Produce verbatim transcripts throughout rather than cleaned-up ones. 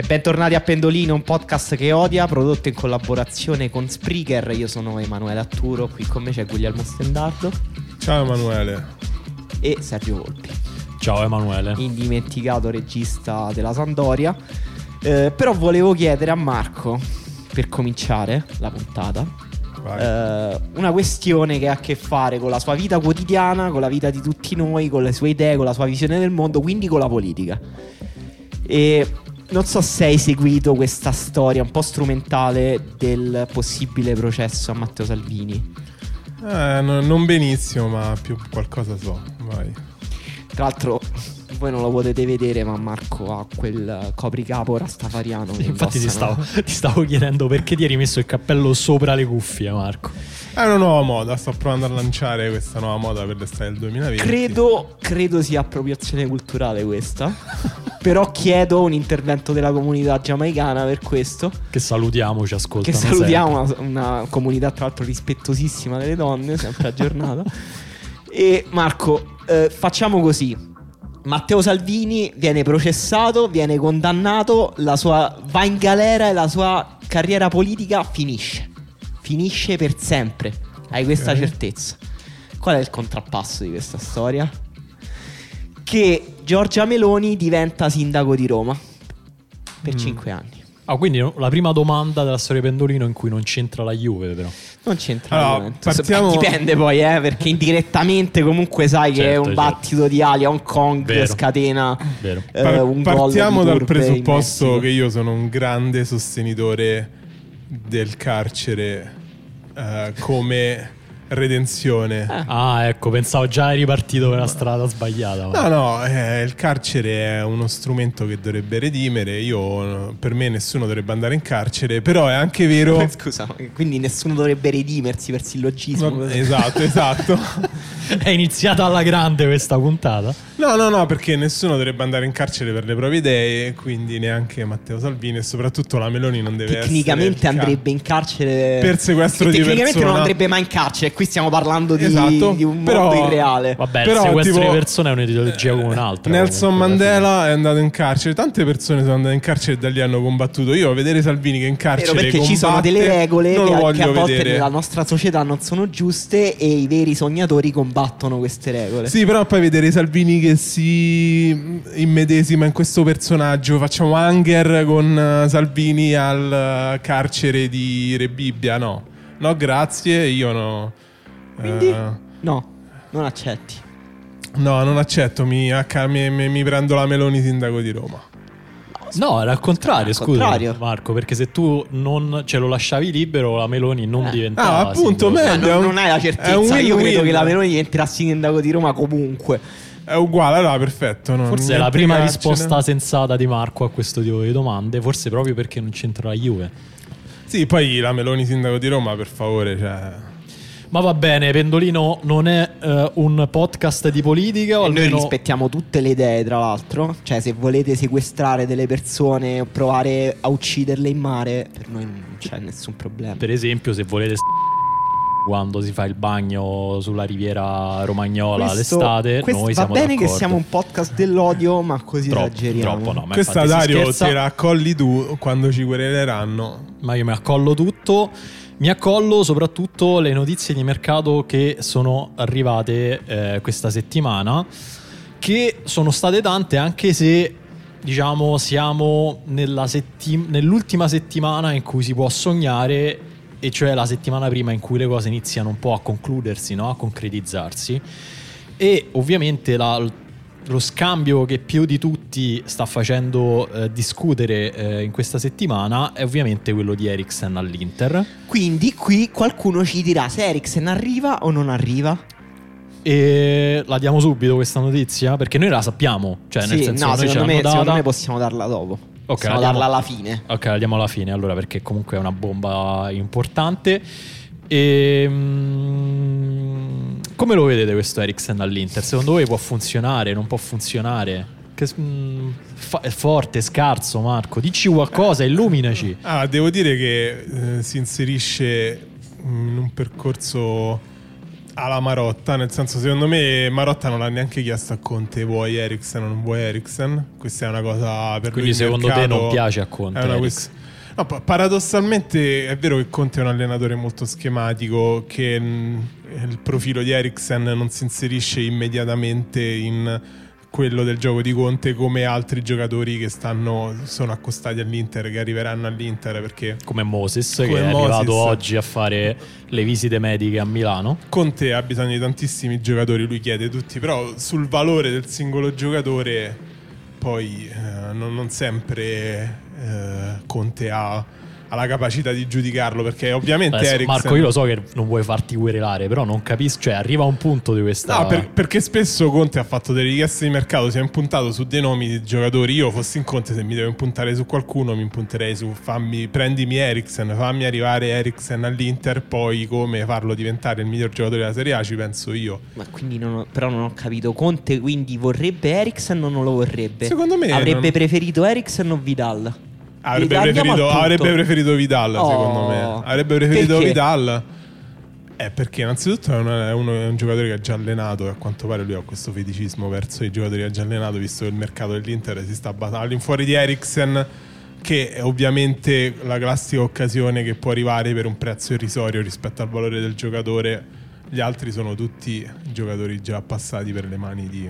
bentornati a Pendolino, un podcast che odia, prodotto in collaborazione con Spreaker. Io sono Emanuele Atturo, qui con me c'è Guglielmo Stendardo. Ciao Emanuele. E Sergio Volpi. Ciao Emanuele. Indimenticato regista della Sampdoria. eh, Però volevo chiedere a Marco, per cominciare la puntata, eh, una questione che ha a che fare con la sua vita quotidiana, con la vita di tutti noi, con le sue idee, con la sua visione del mondo, quindi con la politica. E non so se hai seguito questa storia un po' strumentale del possibile processo a Matteo Salvini. Eh, no, non benissimo, ma più qualcosa so. Vai. Tra l'altro voi non lo potete vedere, ma Marco ha quel copricapo rastafariano. Sì, infatti ti stavo, ti stavo chiedendo perché ti eri messo il cappello sopra le cuffie, Marco. È una nuova moda, sto provando a lanciare questa nuova moda per l'estate del duemilaventi. Credo, credo sia appropriazione culturale questa. Però chiedo un intervento della comunità giamaicana per questo. Che salutiamo, ci ascoltano. Che salutiamo, una, una comunità tra l'altro rispettosissima delle donne, sempre aggiornata. E Marco, eh, facciamo così. Matteo Salvini viene processato, viene condannato, la sua va in galera e la sua carriera politica finisce. Finisce per sempre. Hai questa okay. certezza. Qual è il contrappasso di questa storia? Che Giorgia Meloni diventa sindaco di Roma per mm. cinque anni. Ah, quindi la prima domanda della storia Pendolino in cui non c'entra la Juve, però. Non c'entra allora, partiamo... Dipende poi, eh, perché indirettamente comunque sai certo, che è un certo. battito di ali a Hong Kong. Vero. Scatena Vero. Eh, Par- un Partiamo gol dal presupposto che io sono un grande sostenitore del carcere eh, come redenzione. eh. Ah, ecco, pensavo già eri partito per la strada sbagliata. No, no, eh, il carcere è uno strumento che dovrebbe redimere. Io, per me nessuno dovrebbe andare in carcere, però è anche vero. Scusa, quindi nessuno dovrebbe redimersi per sillogismo. No, esatto, esatto. È iniziata alla grande questa puntata. No, no, no, perché nessuno dovrebbe andare in carcere per le proprie idee, quindi neanche Matteo Salvini, e soprattutto la Meloni non deve tecnicamente essere andrebbe in carcere per sequestro di persona. Tecnicamente non andrebbe mai in carcere. Qui stiamo parlando di, esatto, di un però, mondo irreale. Vabbè, però, il sequestro tipo, di persone è un'ideologia come un'altra. Nelson comunque, Mandela è andato in carcere. Tante persone sono andate in carcere e da lì hanno combattuto. Io vedere Salvini che in carcere Vero, perché combatte, ci sono delle regole non che, lo che voglio a volte vedere. nella nostra società non sono giuste e i veri sognatori combattono queste regole. Sì, però poi vedere Salvini che si immedesima in questo personaggio. Facciamo Hunger con Salvini al carcere di Rebibbia. No, no, grazie. Io no. Quindi uh, no, non accetti. No, non accetto. Mi, mi, mi, mi prendo la Meloni sindaco di Roma. No, era al contrario, al scusa contrario. Marco, perché se tu non ce lo lasciavi libero, la Meloni non eh. diventava. Ah, appunto, sindaco. meglio. No, non, non hai la certezza. Io credo che la Meloni diventerà sindaco di Roma comunque. È uguale, allora perfetto. No? Forse è la prima risposta sensata di Marco a questo tipo di domande, forse proprio perché non c'entra la Juve. Sì, poi la Meloni sindaco di Roma, per favore, cioè... Ma va bene, Pendolino non è uh, un podcast di politica. O e almeno... noi rispettiamo tutte le idee, tra l'altro. Cioè, se volete sequestrare delle persone o provare a ucciderle in mare, per noi non c'è nessun problema. Per esempio, se volete quando si fa il bagno sulla riviera romagnola questo, l'estate, questo noi va siamo bene d'accordo. Che siamo un podcast dell'odio, ma così troppo, esageriamo. Troppo no, ma questa Dario te la accolli tu quando ci quereleranno. Ma io mi accollo tutto. Mi accollo soprattutto le notizie di mercato che sono arrivate eh, questa settimana, che sono state tante, anche se diciamo siamo nella settim- nell'ultima settimana in cui si può sognare, e cioè la settimana prima in cui le cose iniziano un po' a concludersi, no? A concretizzarsi. E ovviamente la lo scambio che più di tutti sta facendo eh, discutere eh, in questa settimana è ovviamente quello di Eriksen all'Inter. Quindi qui qualcuno ci dirà se Eriksen arriva o non arriva. E la diamo subito questa notizia? Perché noi la sappiamo. Cioè, sì, nel senso, no, noi secondo, me, data... secondo me possiamo darla dopo. Okay, possiamo la diamo... darla alla fine. Ok, la diamo alla fine allora, perché comunque è una bomba importante. E come lo vedete questo Eriksen all'Inter? Secondo voi può funzionare? Non può funzionare? Che, mh, fa- è forte, scarso, Marco? Dici qualcosa, illuminaci. Ah, devo dire che eh, si inserisce in un percorso alla Marotta, nel senso, secondo me Marotta non l'ha neanche chiesto a Conte vuoi Eriksen o non vuoi Eriksen. Questa è una cosa per Quindi lui secondo mercato, te non piace a Conte? È una Eriksen? quest- no, paradossalmente è vero che Conte è un allenatore molto schematico, che mh, il profilo di Eriksen non si inserisce immediatamente in quello del gioco di Conte come altri giocatori che stanno sono accostati all'Inter, che arriveranno all'Inter, perché come Moses come che è Moses. arrivato oggi a fare le visite mediche a Milano. Conte ha bisogno di tantissimi giocatori, lui chiede tutti, però sul valore del singolo giocatore poi eh, non, non sempre eh, Conte ha, ha la capacità di giudicarlo, perché ovviamente Adesso, Eriksen... Marco, io lo so che non vuoi farti querelare, però non capisco, cioè arriva un punto di questa... No, per- perché spesso Conte ha fatto delle richieste di mercato, si è impuntato su dei nomi di giocatori. Io fossi in Conte, se mi devo impuntare su qualcuno, mi impunterei su fammi, prendimi Eriksen, fammi arrivare Eriksen all'Inter, poi come farlo diventare il miglior giocatore della Serie A ci penso io. Ma quindi non ho, però non ho capito, Conte quindi vorrebbe Eriksen o non lo vorrebbe? Secondo me avrebbe non- preferito Eriksen o Vidal? Avrebbe Andiamo preferito, al punto. avrebbe preferito Vidal, Oh. secondo me. Avrebbe preferito Perché? Vidal. Eh, perché innanzitutto è, una- è uno, è un giocatore che ha già allenato, e a quanto pare lui ha questo feticismo verso i giocatori che ha già allenato, visto che il mercato dell'Inter si sta basando all'infuori di Eriksen, che è ovviamente la classica occasione che può arrivare per un prezzo irrisorio rispetto al valore del giocatore. Gli altri sono tutti giocatori già passati per le mani di,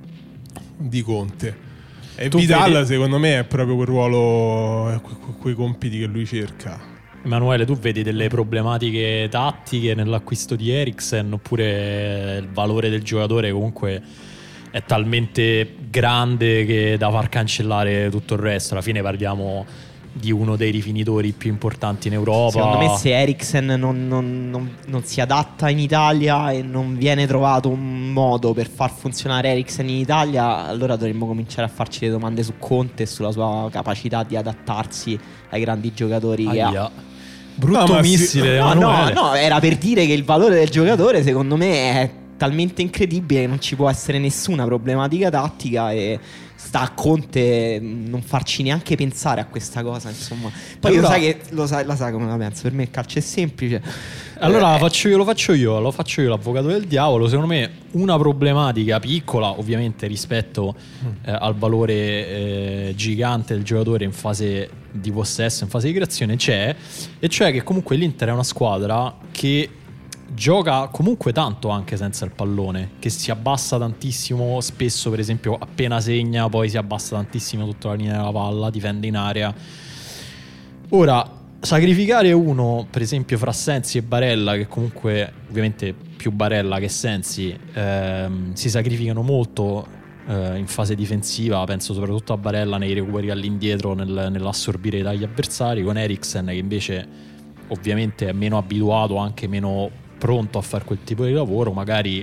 di Conte. E Tu Vidal vedi- secondo me è proprio quel ruolo, eh, que- que- quei compiti che lui cerca. Emanuele, tu vedi delle problematiche tattiche nell'acquisto di Eriksen, oppure il valore del giocatore comunque è talmente grande che da far cancellare tutto il resto? Alla fine parliamo di uno dei rifinitori più importanti in Europa. Secondo me se Eriksen non, non- non- non si adatta in Italia e non viene trovato un modo per far funzionare Eriksen in Italia, allora dovremmo cominciare a farci le domande su Conte e sulla sua capacità di adattarsi ai grandi giocatori che ha. Aia. Brutto No, ma sì- missile, No, no, Emanuele. no, era per dire che il valore del giocatore secondo me è talmente incredibile che non ci può essere nessuna problematica tattica e sta a Conte non farci neanche pensare a questa cosa, insomma. Poi Allora- lo sai che lo sai, la sai come la penso, per me il calcio è semplice. Allora Eh, faccio io, lo faccio io, lo faccio io l'avvocato del diavolo. Secondo me una problematica piccola, ovviamente rispetto eh, al valore eh, gigante del giocatore in fase di possesso, in fase di creazione, c'è, e cioè che comunque l'Inter è una squadra che gioca comunque tanto anche senza il pallone, che si abbassa tantissimo spesso, per esempio appena segna poi si abbassa tantissimo tutta la linea della palla, difende in area. Ora, sacrificare uno, per esempio fra Sensi e Barella, che comunque ovviamente più Barella che Sensi ehm, si sacrificano molto eh, in fase difensiva, penso soprattutto a Barella nei recuperi all'indietro, nel, nell'assorbire dagli avversari, con Eriksen che invece ovviamente è meno abituato, anche meno pronto a fare quel tipo di lavoro, magari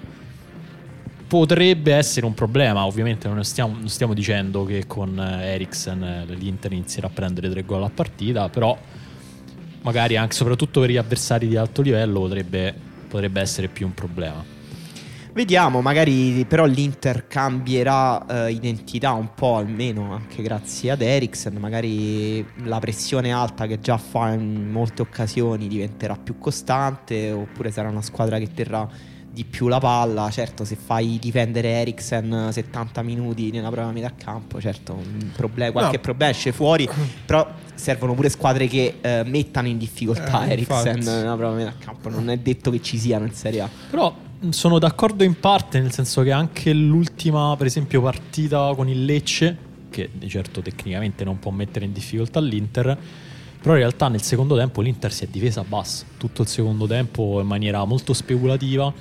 potrebbe essere un problema. Ovviamente non stiamo, non stiamo dicendo che con Eriksen eh, l'Inter inizierà a prendere tre gol a partita, però magari anche soprattutto per gli avversari di alto livello potrebbe, potrebbe essere più un problema. Vediamo, magari però l'Inter cambierà eh, identità un po', almeno anche grazie ad Eriksen. Magari la pressione alta che già fa in molte occasioni diventerà più costante, oppure sarà una squadra che terrà di più la palla. Certo, se fai difendere Eriksen settanta minuti nella prima metà campo, certo un problema, qualche No. problema esce fuori, però servono pure squadre che eh, mettano in difficoltà Eh, Eriksen infatti. nella prima metà campo. Non è detto che ci siano in Serie A. Però sono d'accordo in parte, nel senso che anche l'ultima, per esempio, partita con il Lecce, che di certo tecnicamente non può mettere in difficoltà l'Inter, però in realtà nel secondo tempo l'Inter si è difesa a basso tutto il secondo tempo in maniera molto speculativa.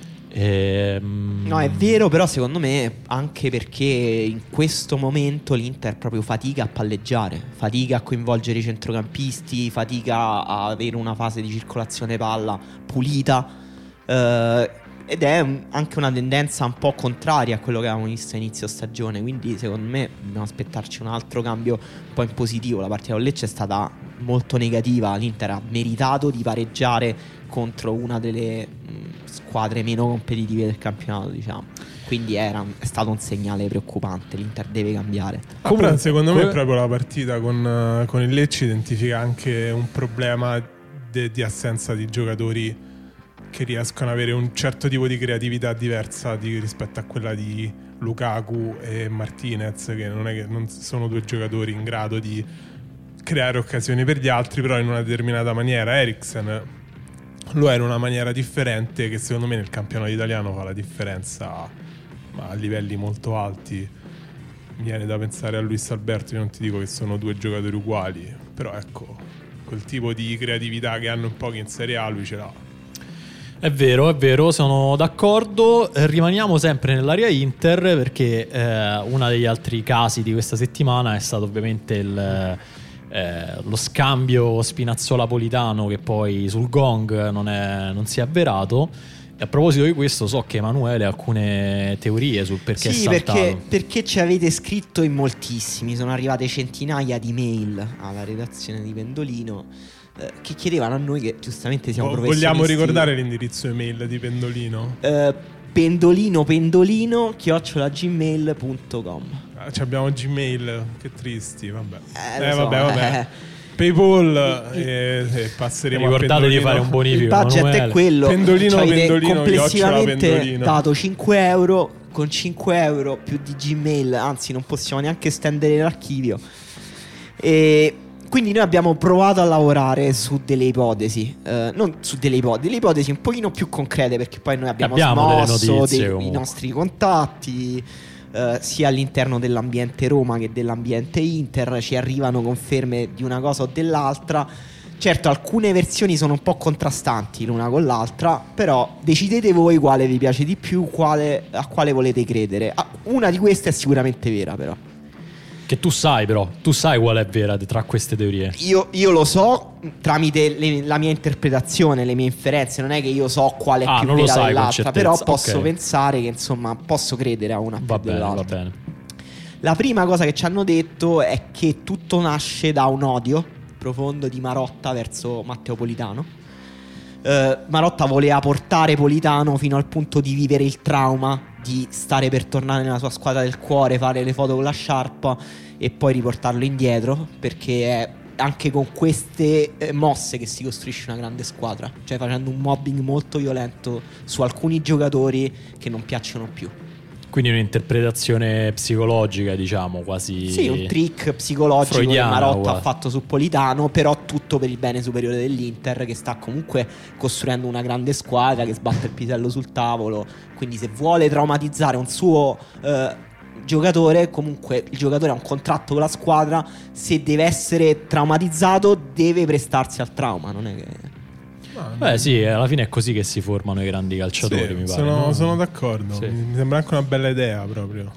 Ehm... No, è vero, però secondo me anche perché in questo momento l'Inter proprio fatica a palleggiare, fatica a coinvolgere i centrocampisti, fatica a avere una fase di circolazione palla pulita, eh, ed è un- anche una tendenza un po' contraria a quello che avevamo visto a inizio stagione. Quindi secondo me dobbiamo aspettarci un altro cambio un po' in positivo. La partita con Lecce è stata molto negativa, l'Inter ha meritato di pareggiare contro una delle mh, squadre meno competitive del campionato, diciamo. Quindi era, è stato un segnale preoccupante. L'Inter deve cambiare. Ah, Comunque- però secondo me proprio la partita con, eh, con il Lecce identifica anche un problema de- di assenza di giocatori che riescono ad avere un certo tipo di creatività diversa di, rispetto a quella di Lukaku e Martinez, che non è che non sono due giocatori in grado di creare occasioni per gli altri, però in una determinata maniera. Eriksen lo è in una maniera differente, che secondo me nel campionato italiano fa la differenza a livelli molto alti. Mi viene da pensare a Luis Alberto, io non ti dico che sono due giocatori uguali, però ecco, quel tipo di creatività che hanno in pochi in Serie A lui ce l'ha. È vero, è vero, sono d'accordo. Eh, rimaniamo sempre nell'area Inter, perché eh, uno degli altri casi di questa settimana è stato ovviamente il, eh, lo scambio Spinazzola-Politano, che poi sul gong non, è, non si è avverato. E a proposito di questo, so che Emanuele ha alcune teorie sul perché sì, è saltato. perché, perché ci avete scritto in moltissimi, sono arrivate centinaia di mail alla redazione di Pendolino eh, che chiedevano a noi, che giustamente siamo Vo- professionisti. Vogliamo ricordare l'indirizzo email di Pendolino? Eh, pendolino pendolino chiocciola gmail punto com. Ah, abbiamo Gmail, che tristi, vabbè. Eh, Eh, lo so, vabbè, vabbè. eh. PayPal e, e passeremo Ricordate a Pendolino. di fare un bonifico. Il budget Emanuele. è quello. Pendolino, Ci avete pendolino, complessivamente chiocciola pendolino. dato cinque euro. Con cinque euro più di Gmail, anzi non possiamo neanche estendere l'archivio. E quindi noi abbiamo provato a lavorare su delle ipotesi, eh, non su delle ipotesi, delle ipotesi un pochino più concrete, perché poi noi abbiamo, Abbiamo delle smosso notizie, dei, i comunque. nostri contatti, eh, sia all'interno dell'ambiente Roma che dell'ambiente Inter. Ci arrivano conferme di una cosa o dell'altra. Certo, alcune versioni sono un po' contrastanti l'una con l'altra, però decidete voi quale vi piace di più, quale, a quale volete credere. Ah, una di queste è sicuramente vera, però. Che tu sai, però, tu sai qual è vera tra queste teorie. Io, io lo so tramite le- la mia interpretazione, le mie inferenze. Non è che io so quale è Ah, più non lo vera sai con dell'altra, certezza, però posso ok. pensare che, insomma, posso credere a una Va più bene, va dell'altra. bene. La prima cosa che ci hanno detto è che tutto nasce da un odio profondo di Marotta verso Matteo Politano. Eh, Marotta voleva portare Politano fino al punto di vivere il trauma di stare per tornare nella sua squadra del cuore, fare le foto con la sciarpa e poi riportarlo indietro, perché è anche con queste eh, mosse che si costruisce una grande squadra, cioè facendo un mobbing molto violento su alcuni giocatori che non piacciono più. Quindi un'interpretazione psicologica, diciamo, quasi. Sì, un trick psicologico freudiano, che Marotta guarda. ha fatto su Politano, però tutto per il bene superiore dell'Inter, che sta comunque costruendo una grande squadra, che sbatte il pisello sul tavolo. Quindi se vuole traumatizzare un suo eh, giocatore, comunque il giocatore ha un contratto con la squadra, se deve essere traumatizzato deve prestarsi al trauma, non è che... Beh, sì, alla fine è così che si formano i grandi calciatori, Sì, mi pare. sono, no? sono d'accordo. Sì. Mi sembra anche una bella idea proprio.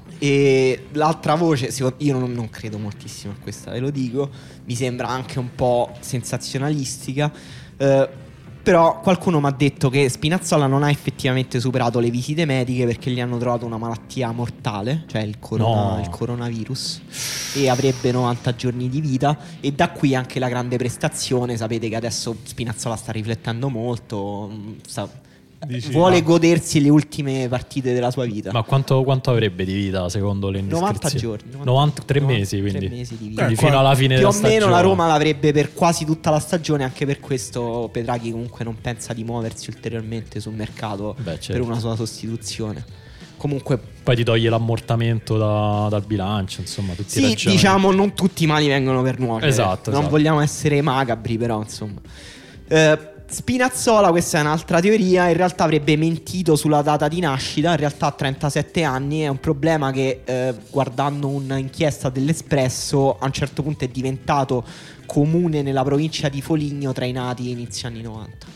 E l'altra voce, secondo- io non, non credo moltissimo a questa, ve lo dico, mi sembra anche un po' sensazionalistica, eh, però qualcuno mi ha detto che Spinazzola non ha effettivamente superato le visite mediche perché gli hanno trovato una malattia mortale, cioè il, corona- No. il coronavirus, e avrebbe novanta giorni di vita, e da qui anche la grande prestazione. Sapete che adesso Spinazzola sta riflettendo molto, mh, sta- Dici, vuole ma- godersi le ultime partite della sua vita. Ma quanto, quanto avrebbe di vita secondo le indiscrezioni? novanta giorni, novanta novantatré novanta mesi, quindi. tre mesi di vita. Quindi Eh, fino qua- alla fine Più della o stagione. meno la Roma l'avrebbe per quasi tutta la stagione. Anche per questo Petraghi comunque non pensa di muoversi ulteriormente sul mercato Beh, certo. per una sua sostituzione. Comunque Poi ti toglie l'ammortamento da- dal bilancio, insomma, tutti i sì, ragionamenti. diciamo, non tutti i mali vengono per nuocere. Esatto, Non esatto. vogliamo essere macabri, però insomma. Eh, Spinazzola, questa è un'altra teoria, in realtà avrebbe mentito sulla data di nascita. In realtà ha trentasette anni. È un problema che, eh, guardando un'inchiesta dell'Espresso, a un certo punto è diventato comune nella provincia di Foligno tra i nati inizio anni novanta.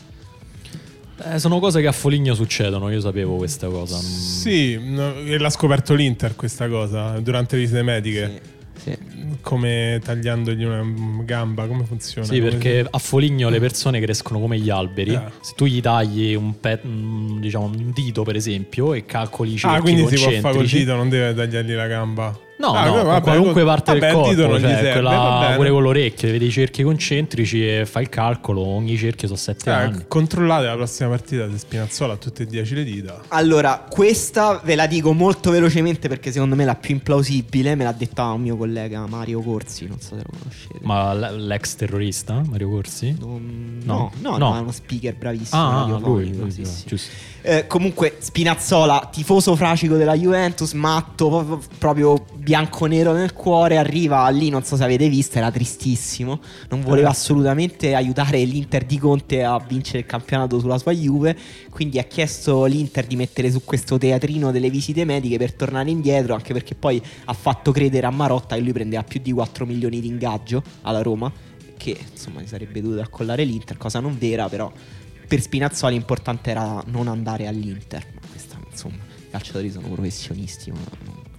Eh, sono cose che a Foligno succedono, io sapevo questa cosa. Sì, no, e l'ha scoperto l'Inter questa cosa durante le visite mediche. Sì, sì. Come tagliandogli una gamba, come funziona? Sì, Come perché a Foligno le persone crescono come gli alberi. Eh. Se tu gli tagli un, pe- un, diciamo, un dito, per esempio, e calcoli i si- cerchi Ah, quindi si può concentrici, fare col dito, non deve tagliargli la gamba. No, Ah, no, vabbè, con qualunque con- parte vabbè, del il dito corpo, non gli cioè, serve, quella- va bene. pure con l'orecchio, vedi i cerchi concentrici e fai il calcolo, ogni cerchio sono sette Eh, anni. controllate la prossima partita di Spinazzola a tutte e dieci le dita. Allora, questa ve la dico molto velocemente perché secondo me è la più implausibile. Me l'ha detta un mio collega Mario Corsi, non so se lo conoscete. Ma l- l'ex terrorista, Mario Corsi? Non- No. no, no, No. no, è uno speaker bravissimo. Ah, radiofonico, lui, lui, sì, sì, sì. giusto. Eh, comunque Spinazzola, tifoso fracico della Juventus, matto, proprio- proprio bianco-nero nel cuore, arriva lì, non so se avete visto, era tristissimo, non voleva Eh. assolutamente aiutare l'Inter di Conte a vincere il campionato sulla sua Juve, quindi ha chiesto l'Inter di mettere su questo teatrino delle visite mediche per tornare indietro, anche perché poi ha fatto credere a Marotta che lui prendeva più di quattro milioni di ingaggio alla Roma, che insomma gli sarebbe dovuto accollare l'Inter, cosa non vera, però per Spinazzola l'importante era non andare all'Inter. Ma questa, insomma, i calciatori sono professionisti. Ma...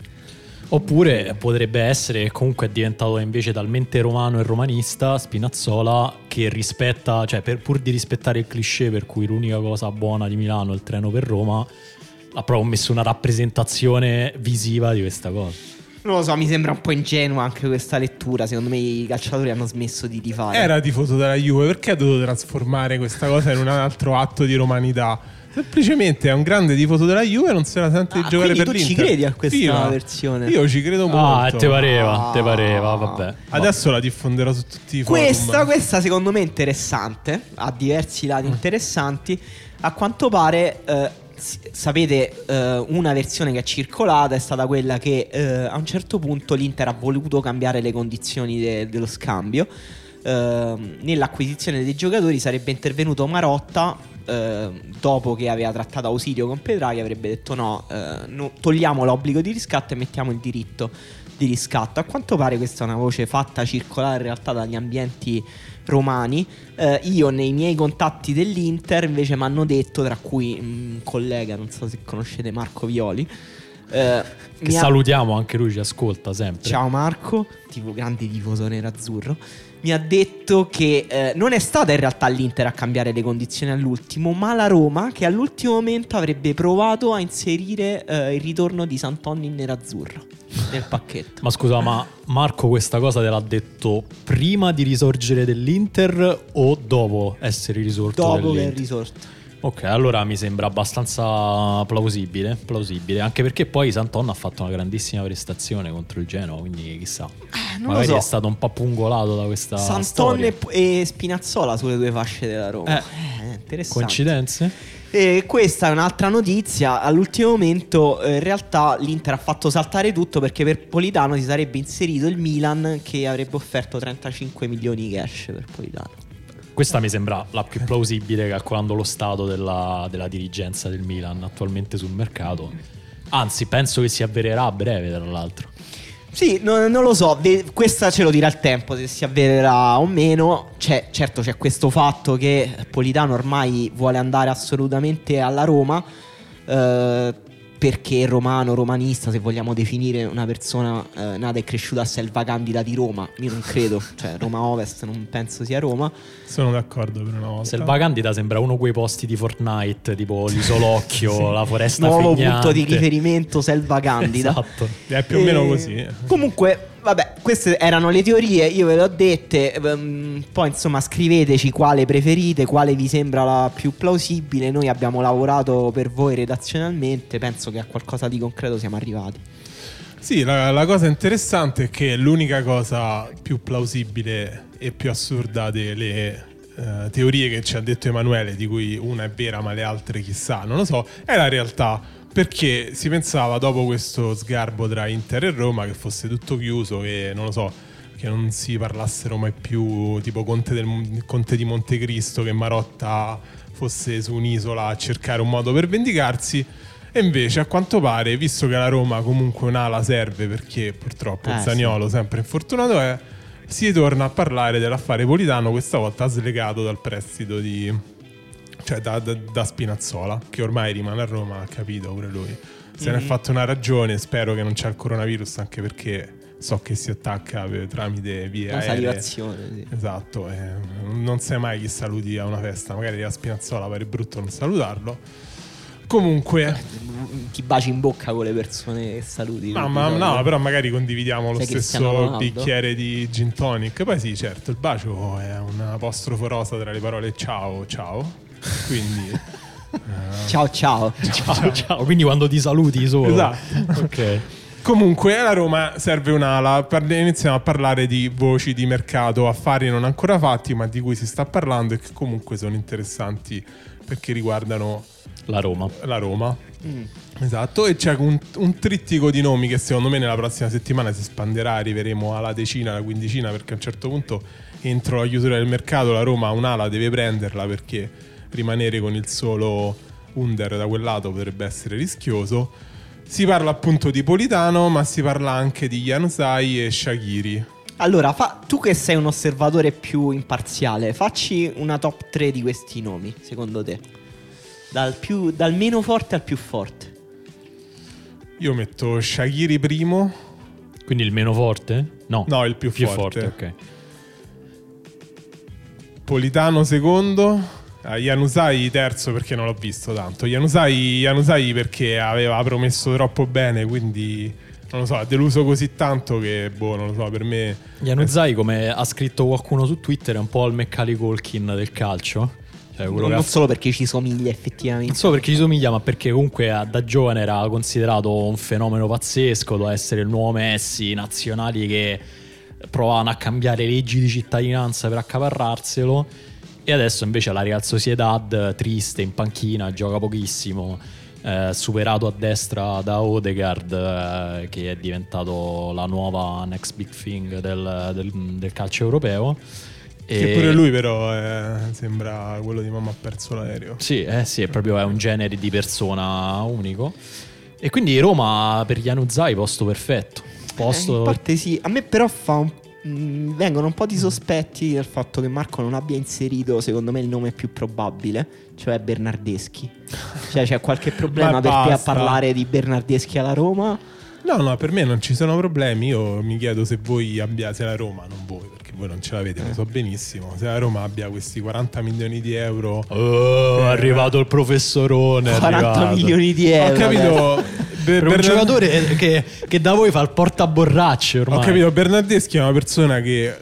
Oppure potrebbe essere che comunque è diventato invece talmente romano e romanista Spinazzola che rispetta, cioè per, pur di rispettare il cliché per cui l'unica cosa buona di Milano è il treno per Roma, ha proprio messo una rappresentazione visiva di questa cosa. Non lo so, mi sembra un po' ingenua anche questa lettura. Secondo me i calciatori hanno smesso di tifare. Era tifoso della Juve, perché ha dovuto trasformare questa cosa in un altro atto di romanità? Semplicemente è un grande tifoso della Juve, non se la sente di Ah, giocare quindi per tu l'Inter. ci credi a questa Sì, ma versione? Io ci credo molto. Ah, te pareva, Ah. te pareva, vabbè. Adesso la diffonderò su tutti i forum. Questa, questa secondo me è interessante, ha diversi lati interessanti. A quanto pare, eh, s- sapete, eh, una versione che è circolata è stata quella che eh, a un certo punto l'Inter ha voluto cambiare le condizioni de- dello scambio. Eh, nell'acquisizione dei giocatori sarebbe intervenuto Marotta, eh, dopo che aveva trattato ausilio con Petraghi, avrebbe detto no, eh, no, togliamo l'obbligo di riscatto e mettiamo il diritto di riscatto. A quanto pare questa è una voce fatta circolare in realtà dagli ambienti romani. Eh, io nei miei contatti dell'Inter invece mi hanno detto, tra cui un collega, non so se conoscete Marco Violi, eh, Che mi ha- salutiamo, anche lui ci ascolta sempre. ciao Marco, tipo grande tifoso nerazzurro, mi ha detto che eh, non è stata in realtà l'Inter a cambiare le condizioni all'ultimo, ma la Roma che all'ultimo momento avrebbe provato a inserire eh, il ritorno di Sant'Onni in nerazzurro nel pacchetto. Ma scusa, ma Marco questa cosa te l'ha detto prima di risorgere dell'Inter o dopo essere risorto Dopo che è dell'Inter? risorto. Ok, allora mi sembra abbastanza plausibile, plausibile, anche perché poi Sant'Onna ha fatto una grandissima prestazione contro il Genoa, quindi chissà. Eh, non Magari lo so. è stato un po' pungolato da questa Sant'Onne storia. e Spinazzola sulle due fasce della Roma. Eh. Eh, interessante. Coincidenze? E questa è un'altra notizia. All'ultimo momento, eh, in realtà, l'Inter ha fatto saltare tutto perché per Politano si sarebbe inserito il Milan che avrebbe offerto trentacinque milioni cash per Politano. Questa mi sembra la più plausibile, calcolando lo stato della, della dirigenza del Milan attualmente sul mercato. Anzi, penso che si avvererà a breve, tra l'altro. Sì, no- non lo so, ve- questa ce lo dirà il tempo se si avvererà o meno. C'è, certo c'è questo fatto che Politano ormai vuole andare assolutamente alla Roma, eh, perché è romano, romanista, se vogliamo definire una persona eh, nata e cresciuta a Selva Candida di Roma. Io non credo, cioè Roma Ovest non penso sia Roma. Sono d'accordo per una volta. Selva Candida sembra uno quei posti di Fortnite, tipo l'isolocchio, la foresta Nuovo fregnante. punto di riferimento Selva Candida. Esatto. È più o meno E- così. Comunque, vabbè, queste erano le teorie, io ve le ho dette. ehm, Poi, insomma, scriveteci quale preferite, quale vi sembra la più plausibile. Noi abbiamo lavorato per voi redazionalmente. Penso che a qualcosa di concreto siamo arrivati. Sì, la, la cosa interessante è che l'unica cosa più plausibile e più assurda delle eh, teorie che ci ha detto Emanuele, di cui una è vera ma le altre chissà, non lo so, è la realtà. Perché si pensava, dopo questo sgarbo tra Inter e Roma, che fosse tutto chiuso, che non lo so, che non si parlassero mai più, tipo Conte, del, Conte di Montecristo, che Marotta fosse su un'isola a cercare un modo per vendicarsi. E invece, a quanto pare, visto che la Roma comunque un'ala serve, perché purtroppo Eh, il Zaniolo sempre infortunato è, si torna a parlare dell'affare Politano, questa volta slegato dal prestito di, cioè da, da, da Spinazzola, che ormai rimane a Roma, ha capito pure lui. Se ne è fatto una ragione, spero che non c'è il coronavirus, anche perché so che si attacca per- tramite vie Una aeree. salivazione, sì. Esatto, eh, non sai mai chi saluti a una festa, magari a Spinazzola pare brutto non salutarlo. Comunque, ti baci in bocca con le persone che saluti. no, ma, no, però magari condividiamo Sei lo Cristiano stesso Ronaldo? bicchiere di gin tonic. Poi sì, certo, il bacio è un apostrofo rosa tra le parole ciao, ciao. Quindi Ciao ciao. Ciao, ciao. Quindi quando ti saluti solo. esatto. Ok. Comunque alla Roma serve un'ala. Parli- iniziamo a parlare di voci di mercato, affari non ancora fatti, ma di cui si sta parlando e che comunque sono interessanti perché riguardano La Roma. la Roma. Mm. Esatto, e c'è un, un trittico di nomi che secondo me nella prossima settimana si espanderà, arriveremo alla decina, alla quindicina, perché a un certo punto entro la chiusura del mercato la Roma un'ala deve prenderla, perché rimanere con il solo Under da quel lato potrebbe essere rischioso. Si parla appunto di Politano, ma si parla anche di Januzaj e Shaqiri. Allora, fa- tu che sei un osservatore più imparziale, facci una top tre di questi nomi, secondo te. Dal, più, dal meno forte al più forte. Io metto Shaqiri primo. Quindi il meno forte? No. No, il più, Più forte. forte, ok. Politano secondo. Uh, Januzaj terzo perché non l'ho visto tanto. Januzaj, Januzaj perché aveva promesso troppo bene, quindi non lo so, ha deluso così tanto che boh, non lo so, per me Januzaj, come ha scritto qualcuno su Twitter, è un po' il Macaulay Culkin del calcio. Cioè, quello Non, che non ha- solo perché ci somiglia effettivamente. non solo perché ci somiglia, ma perché comunque eh, da giovane era considerato un fenomeno pazzesco, da essere il nuovo Messi, nazionali che provavano a cambiare leggi di cittadinanza per accaparrarselo. E adesso invece la Real Sociedad, triste, in panchina, gioca pochissimo, eh, superato a destra da Odegaard, eh, che è diventato la nuova next big thing del, del- del calcio europeo. che E- pure lui però eh, sembra quello di mamma ha perso l'aereo. Sì, eh, sì, è proprio è un genere di persona unico. E quindi Roma per Januzaj posto perfetto. Eh, Posto... in parte sì, a me però fa un- mh, vengono un po' di sospetti del fatto che Marco non abbia inserito, secondo me, il nome più probabile, cioè Bernardeschi. Cioè c'è qualche problema Ma per te a basta. parlare di Bernardeschi alla Roma? No, no, per me non ci sono problemi. Io mi chiedo se voi abbia, se la Roma, non voi, perché voi non ce l'avete, lo so benissimo. Se la Roma abbia questi quaranta milioni di euro. Oh, è arrivato il professorone. è quaranta arrivato. milioni di euro. Ho capito. Be- Per un Bernard- giocatore che, che da voi fa il portaborracce ormai. Ho capito, Bernardeschi è una persona che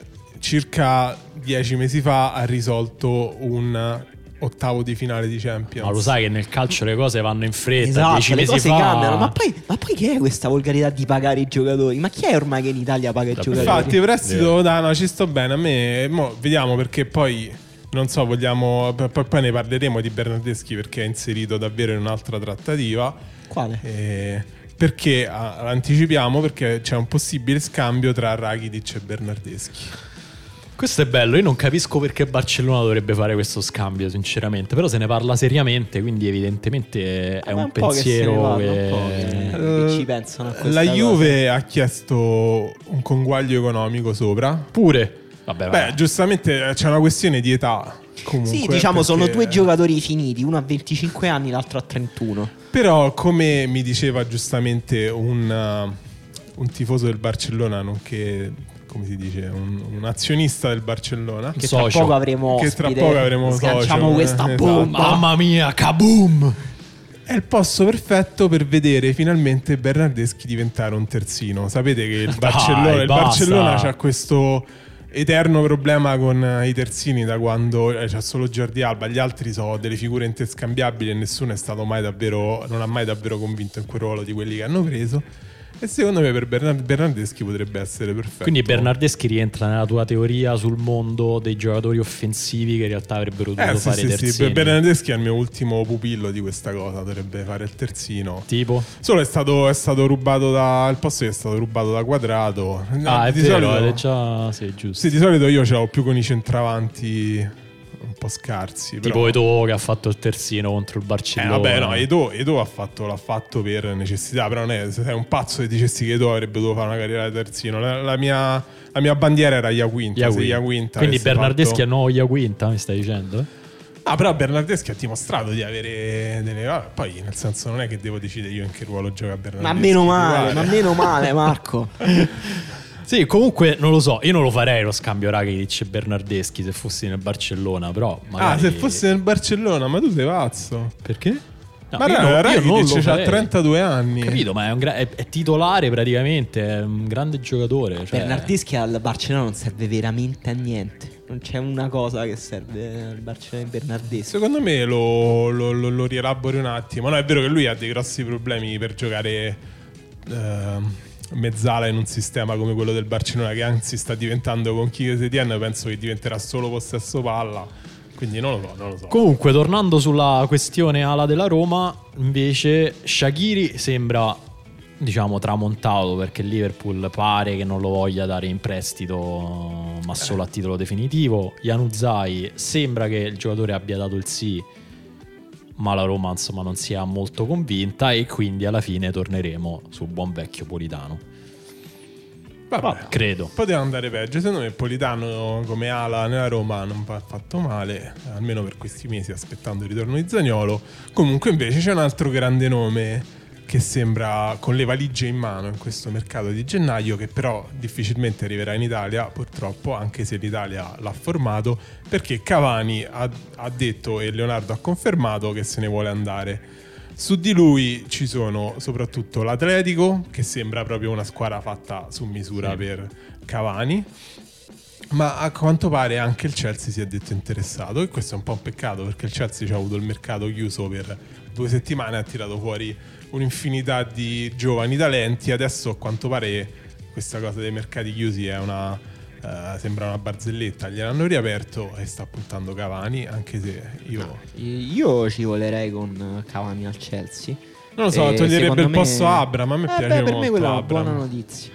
circa dieci mesi fa ha risolto un ottavo di finale di Champions. Ma lo sai che nel calcio le cose vanno in fretta. Esatto, Dieci le mesi cose fa cambiano. Ma poi, ma poi che è questa volgarità di pagare i giocatori? Ma chi è ormai che in Italia paga i Davvero. giocatori? Infatti, prestito, dai, no, ci sto bene. A me, mo, vediamo perché poi non so, vogliamo. p- Poi, poi ne parleremo di Bernardeschi perché è inserito davvero in un'altra trattativa. Quale? Eh, perché ah, anticipiamo perché c'è un possibile scambio tra Rakitic e Bernardeschi. Questo è bello, io non capisco perché Barcellona dovrebbe fare questo scambio, sinceramente. Però se ne parla seriamente, quindi evidentemente è Ma un po' che se ne pensiero parla, che... un po' che- che Eh, ci pensano a questa La cosa. Juve ha chiesto un conguaglio economico sopra. Pure. Vabbè, Beh, giustamente c'è una questione di età. Comunque, Sì, diciamo sono perché- due giocatori finiti, uno a venticinque anni, l'altro a trentuno. Però, come mi diceva giustamente un, uh, un tifoso del Barcellona, nonché, come si dice, un, un azionista del Barcellona, Che Socio. tra poco avremo Che ospite. tra poco avremo Sganciamo socio, questa eh, esatto. bomba. mamma mia, kaboom! è il posto perfetto per vedere finalmente Bernardeschi diventare un terzino. Sapete che il Barcellona, il basta. Barcellona c'ha questo eterno problema con eh, i terzini da quando eh, c'è solo Jordi Alba, gli altri sono delle figure interscambiabili e nessuno è stato mai davvero, non ha mai davvero convinto in quel ruolo di quelli che hanno preso. E secondo me per Bernard- Bernardeschi potrebbe essere perfetto. Quindi Bernardeschi rientra nella tua teoria sul mondo dei giocatori offensivi che in realtà avrebbero dovuto eh, sì, fare sì, terzini. sì. Bernardeschi è il mio ultimo pupillo di questa cosa, dovrebbe fare il terzino. Tipo? Solo è stato, è stato rubato da il posto che è stato rubato da Quadrato. No, Ah, è di vero, solito- è già... Sì, giusto. Sì, di solito io ce l'ho più con i centravanti un po' scarsi. Tipo però... Eto'o che ha fatto il terzino contro il Eh, Barcellona. vabbè, no, Eto'o, Eto'o ha fatto, l'ha fatto per necessità, però non è, se sei un pazzo che dicessi che Eto'o avrebbe dovuto fare una carriera da terzino. La, la mia, la mia bandiera era Iaquinta. Iaquinta. Se Iaquinta Quindi avesse Bernardeschi fatto... è nuovo Iaquinta, mi stai dicendo? Ah, però Bernardeschi ha dimostrato di avere delle... vabbè, poi nel senso non è che devo decidere io in che ruolo gioca Bernardeschi. Ma meno male, Guarda. ma meno male, Marco. Sì, comunque non lo so, io non lo farei lo scambio Rakitic e Bernardeschi se fossi nel Barcellona, però magari... Ah, se fosse nel Barcellona, ma tu sei pazzo. Perché? No, ma io raga, non- io non Rakitic lo c'ha farei. trentadue anni. Capito, ma è, un gra- è, è titolare praticamente, è un grande giocatore. Cioè... Bernardeschi al Barcellona non serve veramente a niente. Non c'è una cosa che serve al Barcellona di Bernardeschi. Secondo me lo, lo, lo, lo rielabori un attimo. No, è vero che lui ha dei grossi problemi per giocare eh, mezzala in un sistema come quello del Barcellona, che anzi sta diventando con Quique Setién, penso che diventerà solo possesso palla. Quindi non lo so, non lo so. Comunque, tornando sulla questione ala della Roma, invece Shaqiri sembra, diciamo, tramontato, perché il Liverpool pare che non lo voglia dare in prestito, ma solo a titolo definitivo. Januzaj sembra che il giocatore abbia dato il sì, ma la Roma insomma non sia molto convinta, e quindi alla fine torneremo sul buon vecchio Politano. Vabbè, credo. Poteva andare peggio. Secondo me Politano come ala nella Roma non ha fatto male, almeno per questi mesi, aspettando il ritorno di Zaniolo. Comunque invece c'è un altro grande nome che sembra con le valigie in mano in questo mercato di gennaio, che però difficilmente arriverà in Italia, purtroppo, anche se l'Italia l'ha formato, perché Cavani ha, ha detto, e Leonardo ha confermato, che se ne vuole andare. Su di lui ci sono soprattutto l'Atletico, che sembra proprio una squadra fatta su misura, sì, per Cavani, ma a quanto pare anche il Chelsea si è detto interessato, e questo è un po' un peccato, perché il Chelsea ci ha avuto il mercato chiuso per due settimane, ha tirato fuori un'infinità di giovani talenti. Adesso a quanto pare questa cosa dei mercati chiusi è una... Uh, sembra una barzelletta, gliel'hanno riaperto e sta puntando Cavani, anche se io no, io ci volerei con Cavani al Chelsea. Non lo so, e toglierebbe il me... posto a Abram. A me eh piace beh, per molto me quella è una Abram. buona notizia.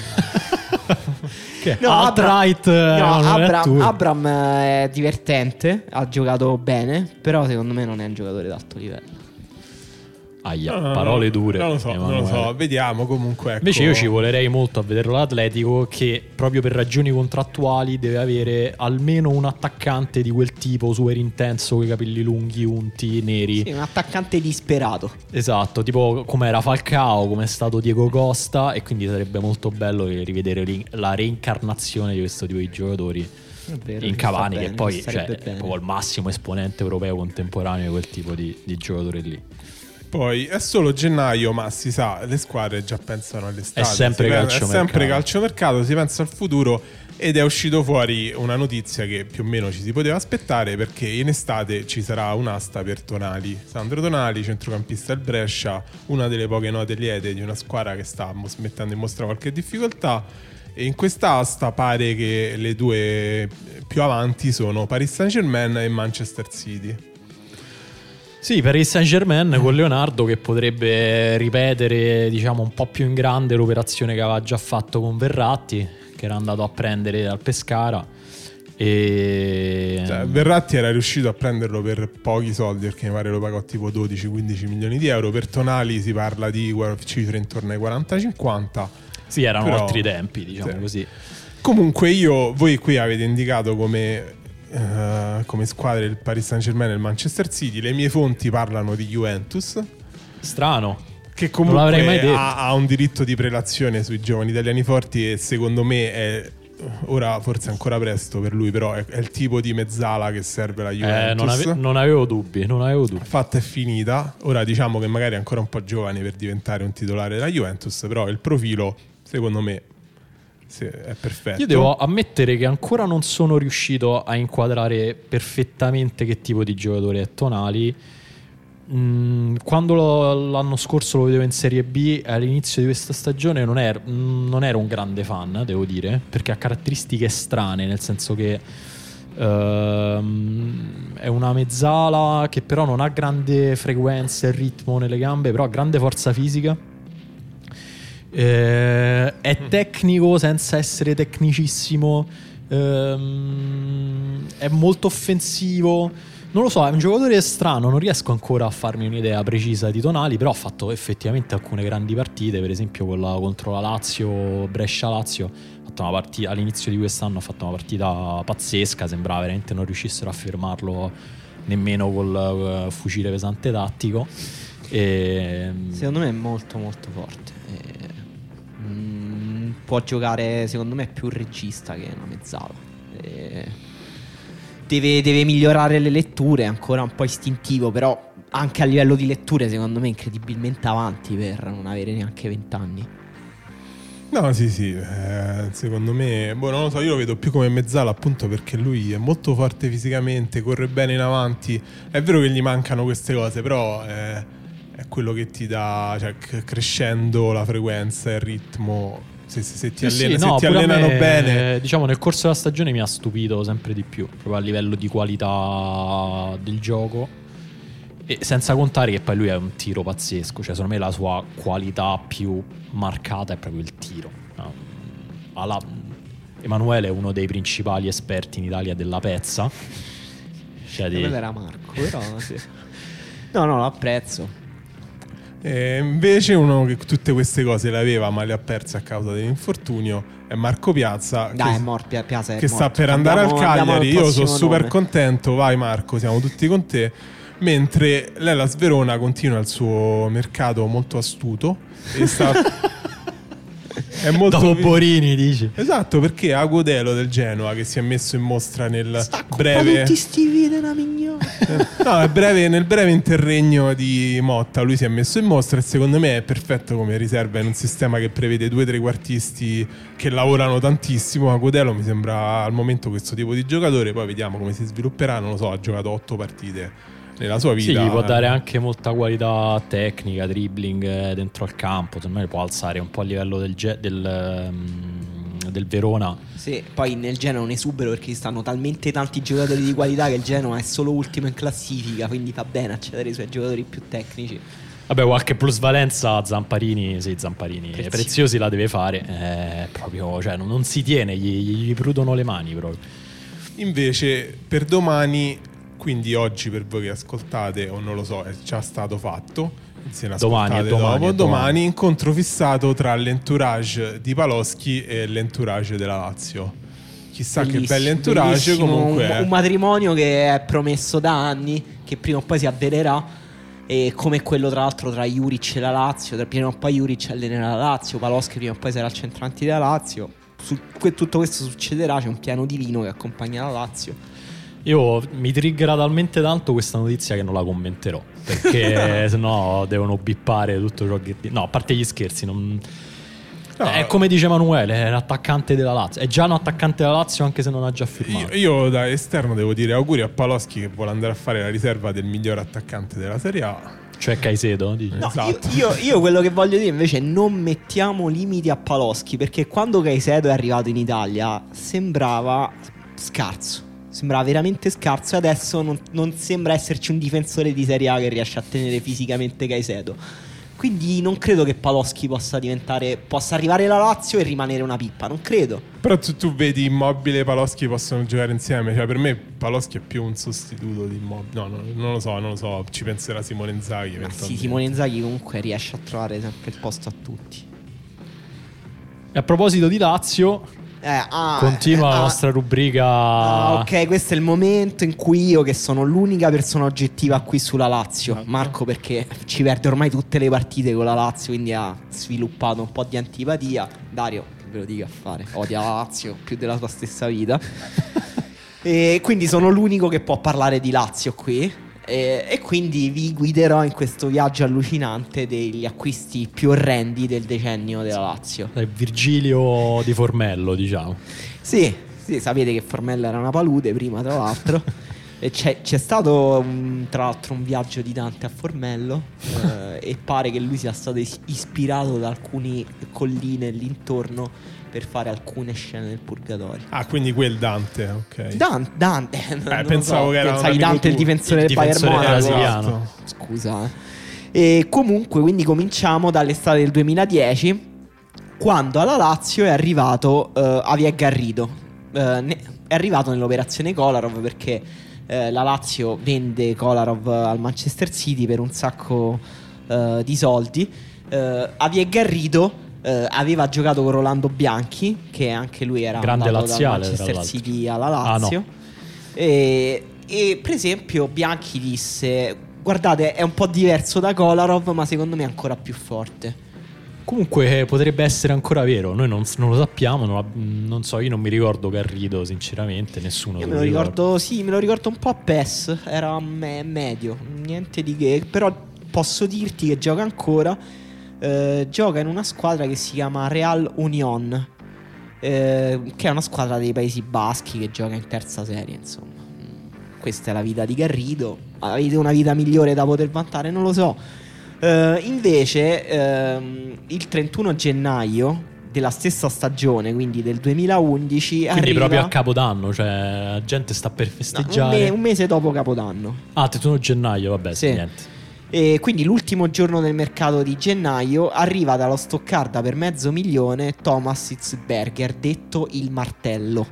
Che no, Alt-right, Abram, no, non è Abram, tuo. Abram è divertente, ha giocato bene, però secondo me non è un giocatore d'alto livello. Aia, No, parole dure. Non lo so, non lo so, vediamo comunque. Ecco. Invece io ci volerei molto a vederlo l'Atletico, che proprio per ragioni contrattuali deve avere almeno un attaccante di quel tipo super intenso, con i capelli lunghi, unti, neri. Sì, un attaccante disperato. Esatto, tipo come era Falcao, come è stato Diego Costa, e quindi sarebbe molto bello rivedere la reincarnazione di questo tipo di giocatori vero, in Cavani, bene, che poi cioè, bene. è proprio il massimo esponente europeo contemporaneo di quel tipo di, di giocatore lì. Poi è solo gennaio, ma si sa, le squadre già pensano all'estate. È sempre calciomercato. È sempre calciomercato, si pensa al futuro, ed è uscito fuori una notizia che più o meno ci si poteva aspettare, perché in estate ci sarà un'asta per Tonali. Sandro Tonali, centrocampista del Brescia, una delle poche note liete di una squadra che sta mettendo in mostra qualche difficoltà. E in questa asta pare che le due più avanti sono Paris Saint-Germain e Manchester City. Sì, Paris Saint-Germain con Leonardo, che potrebbe ripetere, diciamo, un po' più in grande l'operazione che aveva già fatto con Verratti, che era andato a prendere dal Pescara. E cioè, Verratti era riuscito a prenderlo per pochi soldi, perché mi pare lo pagò tipo dodici quindici milioni di euro. Per Tonali si parla di cifre intorno ai quaranta cinquanta. Sì, erano Però, altri tempi, diciamo sì. così. Comunque io, voi qui avete indicato come... Uh, come squadre il Paris Saint-Germain e il Manchester City. Le mie fonti parlano di Juventus, strano, che non l'avrei mai comunque detto. ha, ha un diritto di prelazione sui giovani italiani forti, e secondo me è, ora forse è ancora presto per lui, però è, è il tipo di mezzala che serve la Juventus. eh, non, ave- non avevo dubbi non avevo dubbi Fatta e finita. Ora diciamo che magari è ancora un po' giovane per diventare un titolare della Juventus, però il profilo secondo me sì, è perfetto. Io devo ammettere che ancora non sono riuscito a inquadrare perfettamente che tipo di giocatore è Tonali. Mm, quando lo, l'anno scorso lo vedevo in Serie B, all'inizio di questa stagione non ero, non ero un grande fan, devo dire, perché ha caratteristiche strane, nel senso che ehm, è una mezzala che però non ha grande frequenza e ritmo nelle gambe, però ha grande forza fisica. Eh, è tecnico senza essere tecnicissimo, ehm, è molto offensivo. Non lo so, è un giocatore strano, non riesco ancora a farmi un'idea precisa di Tonali, però ha fatto effettivamente alcune grandi partite, per esempio quella contro la Lazio, Brescia-Lazio. Ha fatto una partita, all'inizio di quest'anno ha fatto una partita pazzesca, sembrava veramente non riuscissero a fermarlo nemmeno col uh, fucile pesante tattico. E... secondo me è molto molto forte. E... Mm, può giocare, secondo me, più regista che una mezzala. E... Deve, deve migliorare le letture, è ancora un po' istintivo, però anche a livello di letture secondo me incredibilmente avanti per non avere neanche vent'anni. No, sì, sì, eh, secondo me, boh, non lo so, io lo vedo più come mezzala appunto perché lui è molto forte fisicamente, corre bene in avanti. È vero che gli mancano queste cose, però è, è quello che ti dà, cioè, c- crescendo la frequenza, il ritmo, se, se, se ti, Sì, allena, sì, se no, ti pure a allenano me, bene. diciamo nel corso della stagione mi ha stupito sempre di più, proprio a livello di qualità del gioco. E senza contare che poi lui è un tiro pazzesco, cioè secondo me la sua qualità più marcata è proprio il tiro. No? Alla... Emanuele è uno dei principali esperti in Italia della pezza. Cioè di... Quello era Marco, però sì. No, no, lo apprezzo. E invece uno che tutte queste cose le aveva ma le ha perse a causa dell'infortunio è Marco Piazza. Dai, che, è morto, Piazza è che morto. sta per Andiamo- andare al andiamo al Cagliari. Io sono prossimo super nome. contento. Vai Marco, siamo tutti con te. Mentre l'Hellas Verona continua il suo mercato molto astuto e sta è molto Dopo vi- Borini dici. Esatto, perché Agudelo del Genoa che si è messo in mostra nel Sta breve tutti sti video della mignota. No, è breve, nel breve interregno di Motta lui si è messo in mostra e secondo me è perfetto come riserva in un sistema che prevede due trequartisti che lavorano tantissimo. Agudelo mi sembra al momento questo tipo di giocatore, poi vediamo come si svilupperà, non lo so, ha giocato otto partite nella sua Sì, vita. gli può dare anche molta qualità tecnica, dribbling eh, dentro al campo. Secondo me può alzare un po' il livello del, ge- del, um, del Verona. Sì, poi nel Genoa non esubero perché ci stanno talmente tanti giocatori di qualità che il Genoa è solo ultimo in classifica, quindi va bene accedere ai suoi giocatori più tecnici. Vabbè, qualche plusvalenza Zamparini, sì, Zamparini Preziosi. preziosi la deve fare. È proprio, cioè, non, non si tiene, gli, gli prudono le mani proprio. Invece per domani, quindi oggi per voi che ascoltate o non lo so, è già stato fatto. Se ne Domani, ascoltate è domani, dopo, è domani. domani incontro fissato tra l'entourage di Paloschi e l'entourage della Lazio. Chissà che Bellissimo, bello entourage bellissimo, comunque un, è. un matrimonio che è promesso da anni, che prima o poi si avvererà. E come quello tra l'altro tra Juric e la Lazio, tra prima o poi Juric allenerà la Lazio, Paloschi prima o poi sarà il centravanti della Lazio. Su que- tutto questo succederà, c'è un piano divino che accompagna la Lazio. Io mi triggera talmente tanto questa notizia che non la commenterò, perché sennò devono bippare tutto ciò che... No, a parte gli scherzi, non... No, è come dice Emanuele, è l'attaccante della Lazio. È già un attaccante della Lazio anche se non ha già firmato. Io, io da esterno devo dire auguri a Paloschi che vuole andare a fare la riserva del miglior attaccante della Serie A. Cioè Caicedo, dici? No, Esatto. io, io, io quello che voglio dire invece è non mettiamo limiti a Paloschi, perché quando Caicedo è arrivato in Italia sembrava scarso, sembrava veramente scarso e adesso non, non sembra esserci un difensore di Serie A che riesce a tenere fisicamente Caicedo. Quindi non credo che Paloschi possa diventare, possa arrivare la Lazio e rimanere una pippa, non credo. Però tu, tu vedi Immobile e Paloschi possono giocare insieme. Cioè per me Paloschi è più un sostituto di Immobile. No, no, non lo so, non lo so. Ci penserà Simone Inzaghi Ma eventualmente. sì, Simone Inzaghi comunque riesce a trovare sempre il posto a tutti. E a proposito di Lazio, Eh, ah, continua eh, la ah, nostra rubrica. ah, ok, questo è il momento in cui io, che sono l'unica persona oggettiva qui sulla Lazio, Esatto. Marco, perché ci perde ormai tutte le partite con la Lazio, quindi ha sviluppato un po' di antipatia. Dario, che ve lo dica a fare, odia la Lazio più della sua stessa vita. E quindi sono l'unico che può parlare di Lazio qui. E, e quindi vi guiderò in questo viaggio allucinante degli acquisti più orrendi del decennio della Lazio. È Virgilio di Formello, diciamo. Sì, sì, sapete che Formello era una palude prima, tra l'altro. E c'è, c'è stato un- tra l'altro un viaggio di Dante a Formello eh, e pare che lui sia stato is- ispirato da alcune colline l'intorno per fare alcune scene del Purgatorio. Ah, quindi quel Dante, ok. Dan- Dante, non lo pensavo so, che era un pensavi amico Dante il tuo. difensore Il del Bayern difensore Monaco. brasiliano. Scusa. eh. E comunque, quindi cominciamo dall'estate del duemiladieci, quando alla Lazio è arrivato uh, Javier Garrido. Eh, ne- è arrivato nell'operazione Kolarov perché eh, la Lazio vende Kolarov al Manchester City per un sacco eh, di soldi. Eh, Javier Garrido eh, aveva giocato con Rolando Bianchi, che anche lui era Grande andato laziale, dal tra Manchester l'altro. City alla Ah, Lazio. no. e, e per esempio Bianchi disse: guardate, è un po' diverso da Kolarov, ma secondo me è ancora più forte. Comunque potrebbe essere ancora vero, noi non, non lo sappiamo, non, non so, io non mi ricordo Garrido sinceramente, nessuno. Io me lo ricordo, sì, me lo ricordo un po' a P E S, era me- medio, niente di che, però posso dirti che gioca ancora, eh, gioca in una squadra che si chiama Real Unión, eh, che è una squadra dei Paesi Baschi che gioca in terza serie, insomma. Questa è la vita di Garrido, avete una vita migliore da poter vantare, non lo so. Uh, invece uh, il trentuno gennaio della stessa stagione, quindi del duemilaundici, quindi arriva... proprio a Capodanno, cioè la gente sta per festeggiare. No, un, me- un mese dopo Capodanno. Ah, trentuno gennaio, vabbè, sì. niente. E quindi l'ultimo giorno del mercato di gennaio arriva dallo Stoccarda per mezzo milione Thomas Hitzberger, detto il martello.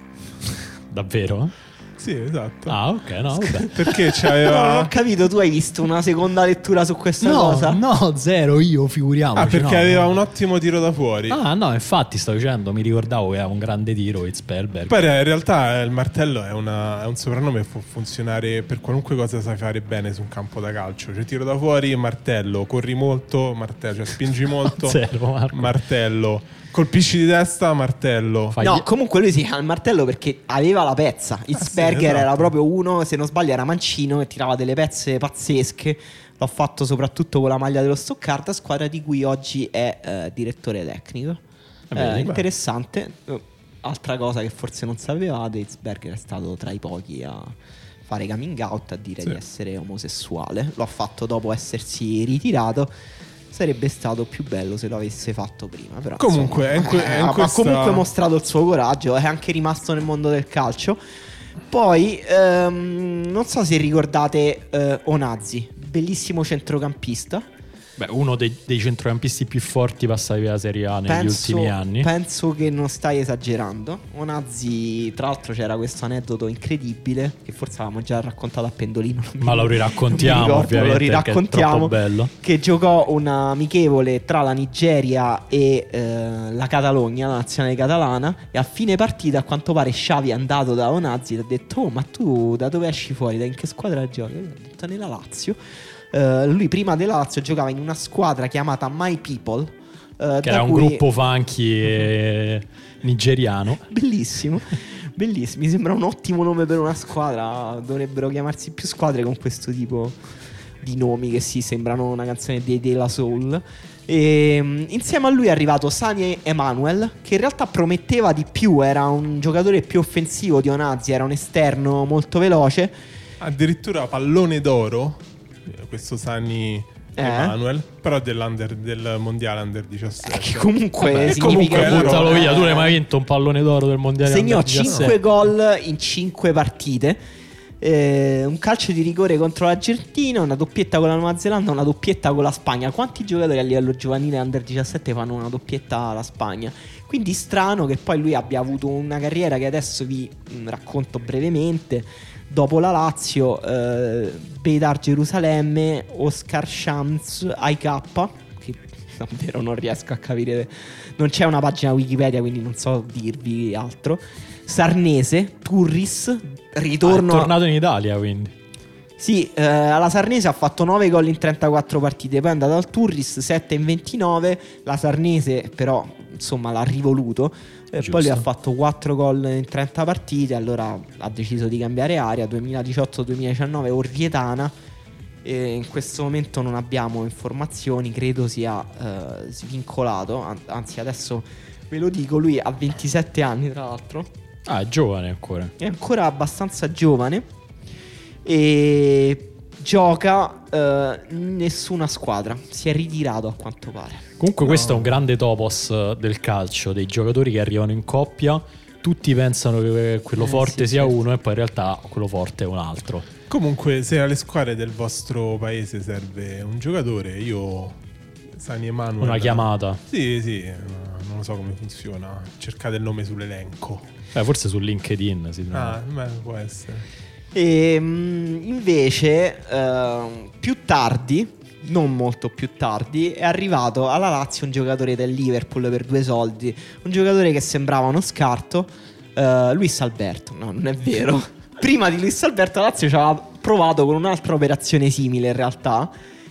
Davvero? Sì, esatto. Ah, ok, no, vabbè. Perché c'aveva... No, non ho capito, tu hai visto una seconda lettura su questa no, cosa? No, zero, io figuriamoci. Ah, perché no, aveva no. un ottimo tiro da fuori. Ah, no, infatti sto dicendo, mi ricordavo che aveva un grande tiro Hitzberger. Poi in realtà il martello è, una, è un soprannome che può funzionare per qualunque cosa sai fare bene su un campo da calcio. Cioè tiro da fuori, martello, corri molto, martello, cioè spingi molto, Zero, Marco. martello, colpisci di testa, martello. Fai- No, comunque lui si chiama il martello perché aveva la pezza. Hitzberger sì, esatto. era proprio uno, se non sbaglio era mancino, che tirava delle pezze pazzesche. L'ho fatto soprattutto con la maglia dello Stoccarda, squadra di cui oggi è eh, direttore tecnico. Va bene, Eh, beh. interessante. Eh, Altra cosa che forse non sapevate, Hitzberger è stato tra i pochi a fare coming out, a dire Sì. di essere omosessuale. Lo ha fatto dopo essersi ritirato. Sarebbe stato più bello se lo avesse fatto prima, però Comunque, insomma, è in que- è in ha- questa- ha comunque mostrato il suo coraggio, è anche rimasto nel mondo del calcio. Poi ehm, non so se ricordate eh, Onazzi, bellissimo centrocampista. Beh, uno dei, dei centrocampisti più forti passati per la Serie A negli ultimi anni. Penso che non stai esagerando. Onazzi, tra l'altro, c'era questo aneddoto incredibile che forse avevamo già raccontato a Pendolino. non mi- Ma lo riraccontiamo, non mi ricordo, ovviamente, lo perché è riraccontiamo. troppo bello. Che giocò una amichevole tra la Nigeria e eh, la Catalogna, la nazionale catalana. E a fine partita, a quanto pare, Xavi è andato da Onazzi e ha detto: "Oh, ma tu da dove esci fuori? Da in che squadra giochi?" E lui ha detto: "Nella Lazio." Uh, lui prima della Lazio giocava in una squadra chiamata My People, uh, Che era un cui... gruppo funky e nigeriano. bellissimo, bellissimo. Mi sembra un ottimo nome per una squadra. Dovrebbero chiamarsi più squadre con questo tipo di nomi che sì, sembrano una canzone dei De La Soul. E, um, insieme a lui è arrivato Sani Emanuel, che in realtà prometteva di più. Era un giocatore più offensivo di Onazzi, era un esterno molto veloce. Addirittura pallone d'oro questo Sani Eh? Emanuel, però dell'under, del mondiale under diciassette. Che comunque Vabbè, significa comunque, pure- Buttalo via, tu eh, l'hai mai vinto un pallone d'oro del mondiale? Segnò under diciassette? cinque gol in cinque partite. Eh, un calcio di rigore contro l'Argentina, una doppietta con la Nuova Zelanda, una doppietta con la Spagna. Quanti giocatori a livello giovanile under diciassette fanno una doppietta alla Spagna? Quindi strano che poi lui abbia avuto una carriera che adesso vi mh, racconto brevemente. Dopo la Lazio, eh, Beitar Gerusalemme, Oscar Shams, I K, che davvero non riesco a capire, non c'è una pagina Wikipedia quindi non so dirvi altro. Sarnese, Turris, ritorno Ah, è tornato in Italia, quindi. Sì, eh, alla Sarnese ha fatto nove gol in trentaquattro partite, poi è andato al Turris sette in ventinove, la Sarnese però insomma l'ha rivoluto, eh, Giusto. poi lui ha fatto quattro gol in trenta partite, allora ha deciso di cambiare area. Duemiladiciotto duemiladiciannove Orvietana, e in questo momento non abbiamo informazioni, credo sia eh, svincolato, an- anzi adesso ve lo dico, lui ha ventisette anni tra l'altro, Ah, è giovane ancora. è ancora abbastanza giovane e gioca eh, in nessuna squadra, si è ritirato a quanto pare. Comunque No. questo è un grande topos eh, del calcio, dei giocatori che arrivano in coppia, tutti pensano che quello Eh, forte sì, sia certo. uno e poi in realtà quello forte è un altro. Comunque, se alle squadre del vostro paese serve un giocatore, io Sani Emanuel. Una chiamata. Sì, sì, ma non lo so come funziona. Cercate il nome sull'elenco. Eh, forse su LinkedIn si trova. Ah, beh, può essere. E mh, invece eh, più tardi, non molto più tardi, è arrivato alla Lazio un giocatore del Liverpool per due soldi, un giocatore che sembrava uno scarto, eh, Luis Alberto. No, non è vero. Prima di Luis Alberto la Lazio ci aveva provato con un'altra operazione simile in realtà,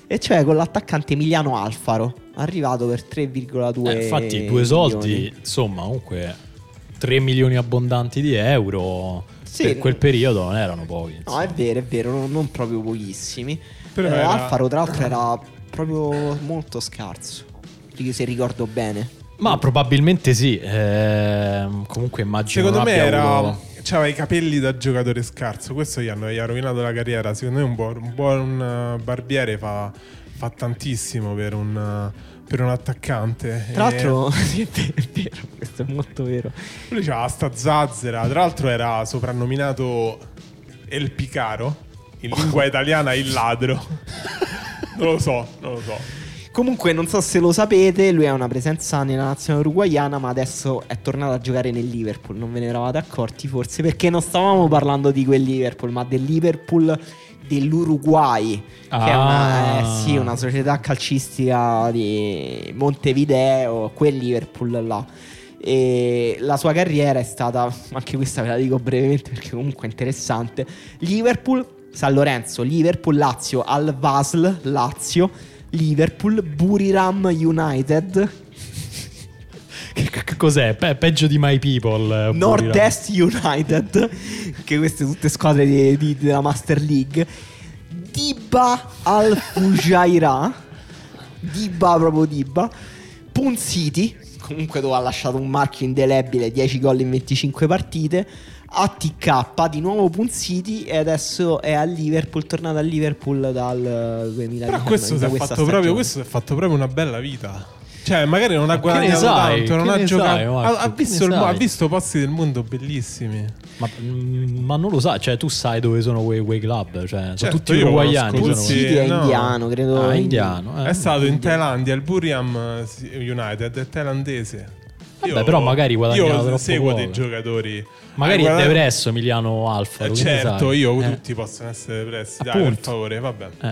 e cioè con l'attaccante Emiliano Alfaro, arrivato per tre virgola due eh, infatti due soldi, insomma, comunque tre milioni abbondanti di euro sì, per quel periodo non erano pochi, insomma. No, è vero, è vero, non, non proprio pochissimi. Eh, era... Alfaro tra l'altro era proprio molto scarso, se ricordo bene. Ma probabilmente sì. eh, Comunque immagino secondo me era avuto... c'aveva i capelli da giocatore scarso. Questo gli, hanno, gli ha rovinato la carriera. Secondo me un buon, un buon barbiere fa, fa tantissimo per un, per un attaccante. Tra l'altro sì, è vero, questo è molto vero. Lui c'aveva sta zazzera. Tra l'altro era soprannominato El Picaro, in lingua italiana il ladro. Non lo so, non lo so. Comunque non so se lo sapete, lui ha una presenza nella nazionale uruguaiana, ma adesso è tornato a giocare nel Liverpool. Non ve ne eravate accorti forse, perché non stavamo parlando di quel Liverpool, ma del Liverpool dell'Uruguay, ah. che è una, eh, sì, una società calcistica di Montevideo, quel Liverpool là. E la sua carriera è stata, anche questa ve la dico brevemente perché comunque è interessante: Liverpool, San Lorenzo, Liverpool, Lazio, Al Vasl, Lazio, Liverpool, Buriram United. Che cos'è? Pe- peggio di My People. Nord-Est United, che queste tutte squadre di, di, della Master League. Diba Al Fujairah, Diba proprio Diba. Pun City, comunque dove ha lasciato un marchio indelebile, dieci gol in venticinque partite. A T K, di nuovo Pun City, e adesso è a Liverpool, tornato a Liverpool dal duemiladiciannove. Però questo si è fatto proprio, questo si è fatto proprio una bella vita. Cioè, magari non ha guadagnato sai, tanto, non ha giocato. sai, Marco, ha, ha, visto il, sai? ha visto posti del mondo bellissimi. Ma, ma non lo sai, cioè tu sai dove sono quei, quei club, cioè sono Certo, tutti io uruguaiani. conosco Pun tutti. City è no. indiano, credo. Ah, indiano. Eh. È stato in India. Thailandia, il Buriram United è thailandese. Vabbè, però magari guadagnava Io troppo seguo poco. dei giocatori. Magari Eh, guarda- depresso Emiliano Alfa. Eh, certo, io tutti possono essere depressi. Dai, per Appunto. favore, vabbè. Eh.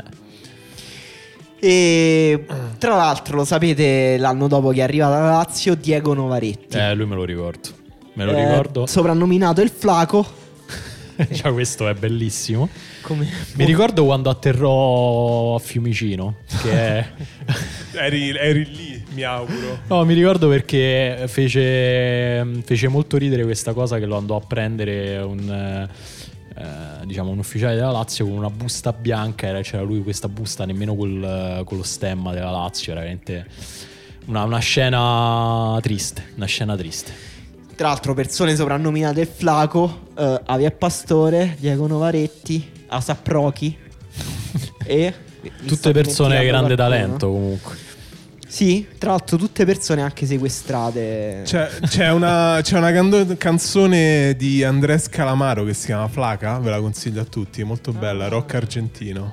E tra l'altro lo sapete, l'anno dopo che è arrivata la Lazio, Diego Novaretti, eh, lui me lo ricordo. Me lo eh, ricordo. soprannominato il Flaco. Cioè, questo è bellissimo. Come... Mi ricordo quando atterrò a Fiumicino. Che è... eri, eri lì, mi auguro. No, mi ricordo perché fece, fece molto ridere questa cosa che lo andò a prendere un, eh, diciamo, un ufficiale della Lazio con una busta bianca. Era, c'era lui questa busta nemmeno col, con lo stemma della Lazio. Era veramente una, una scena triste. Una scena triste. Tra l'altro persone soprannominate il Flaco, eh, Javier Pastore, Diego Novaretti, Asap Rocky e... Tutte persone di grande talento comunque. Sì, tra l'altro tutte persone anche sequestrate. C'è, c'è una, c'è una cando- canzone di Andrés Calamaro che si chiama Flaca, ve la consiglio a tutti, molto bella, rock argentino.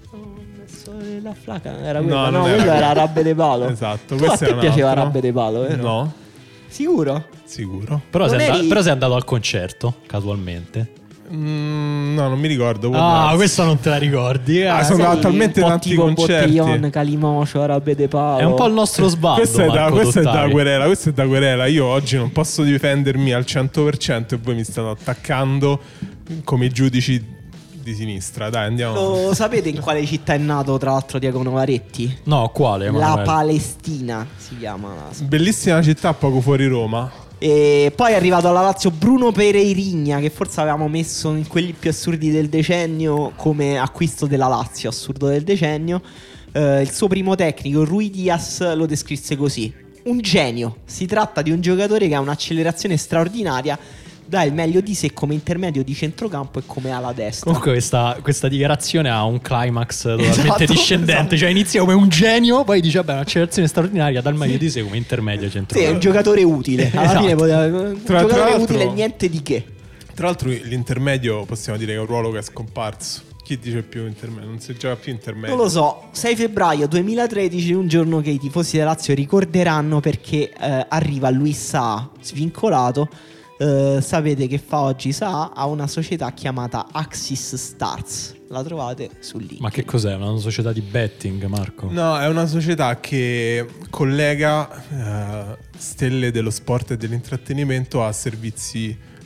La Flaca era quella, No, no, non era quella quella. era Rabbe de Palo. Esatto, Tu, a questo te è un piaceva altro. Rabbe de Palo, vero? No, Sicuro? sicuro. Però Non sei, eri- andato, però sei andato al concerto, casualmente. Mm, no, non mi ricordo. può Ah, darsi. questa non te la ricordi? Ah, Ah, sono sei- andato talmente un po' tanti tipo concerti. Botteglion, Calimocio, Rabbe de Palo. È un po' il nostro sballo. Questo è, da, Marco questo è da Dottavi. querela, questo è da querela. Io oggi non posso difendermi al cento per cento e voi mi state attaccando come i giudici di sinistra. Dai, andiamo. Lo sapete in quale città è nato tra l'altro Diego Novaretti? No, quale? La Emanuele? Palestina si chiama la... Bellissima città poco fuori Roma. E poi è arrivato alla Lazio Bruno Pereirigna, che forse avevamo messo in quelli più assurdi del decennio come acquisto della Lazio, assurdo del decennio. Eh, il suo primo tecnico, Rui Diaz, lo descrisse così: un genio, si tratta di un giocatore che ha un'accelerazione straordinaria, dà il meglio di sé come intermedio di centrocampo e come ala destra. Comunque questa, questa dichiarazione ha un climax totalmente Esatto, discendente. esatto. Cioè inizia come un genio, poi dice vabbè un'accelerazione straordinaria, dal meglio di sé come intermedio Sì, è centrocampo. un giocatore utile. Alla Esatto. fine poteva... un Tra- tra giocatore l'altro- utile, niente di che. Tra l'altro l'intermedio possiamo dire che è un ruolo che è scomparso. Chi dice più intermedio? Non si gioca più intermedio. Non lo so, sei febbraio duemilatredici, un giorno che i tifosi della Lazio ricorderanno perché eh, arriva Luis Saha, svincolato. Eh, sapete che fa oggi Saha? Ha una società chiamata Axis Stars. La trovate su lì. Ma che cos'è? Una società di betting, Marco? No, è una società che collega eh, stelle dello sport e dell'intrattenimento a servizi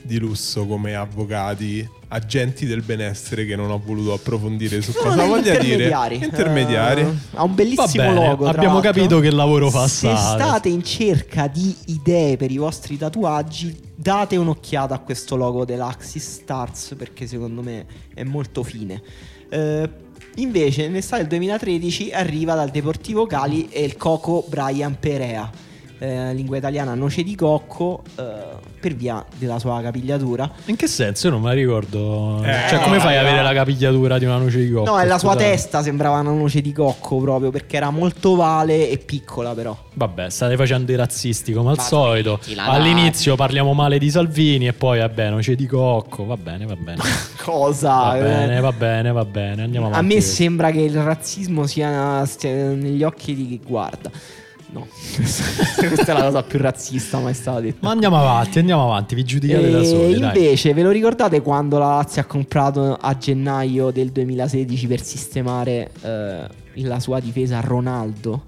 di lusso come avvocati, agenti del benessere, che non ho voluto approfondire su Sono cosa degli voglia dire. intermediari. Intermediari. Eh, ha un bellissimo Va bene, logo. tra abbiamo l'altro. capito che lavoro fa Se Sale. state in cerca di idee per i vostri tatuaggi, date un'occhiata a questo logo dell'Axis Stars, perché secondo me è molto fine. Eh, invece, nell'estate del duemilatredici arriva dal Deportivo Cali e il Coco Brian Perea. Eh, lingua italiana noce di cocco, eh, per via della sua capigliatura. In che senso? Io non me la ricordo. Eh, cioè, come no, fai a no. avere la capigliatura di una noce di cocco? No, è la sua Scusate. testa sembrava una noce di cocco proprio, perché era molto ovale e piccola però. Vabbè, state facendo i razzisti come al Ma solito. smettila, All'inizio parliamo male di Salvini e poi vabbè, noce di cocco. Va bene, va bene. Cosa? Va Eh, bene, va bene, va bene. Andiamo A avanti. me sembra che il razzismo sia, stia negli occhi di chi guarda. No, questa è la cosa più razzista mai stata detta. Ma andiamo avanti, andiamo avanti, vi giudicate da E soli. dai. invece, ve lo ricordate quando la Lazio ha comprato a gennaio del duemilasedici per sistemare eh, la sua difesa Ronaldo?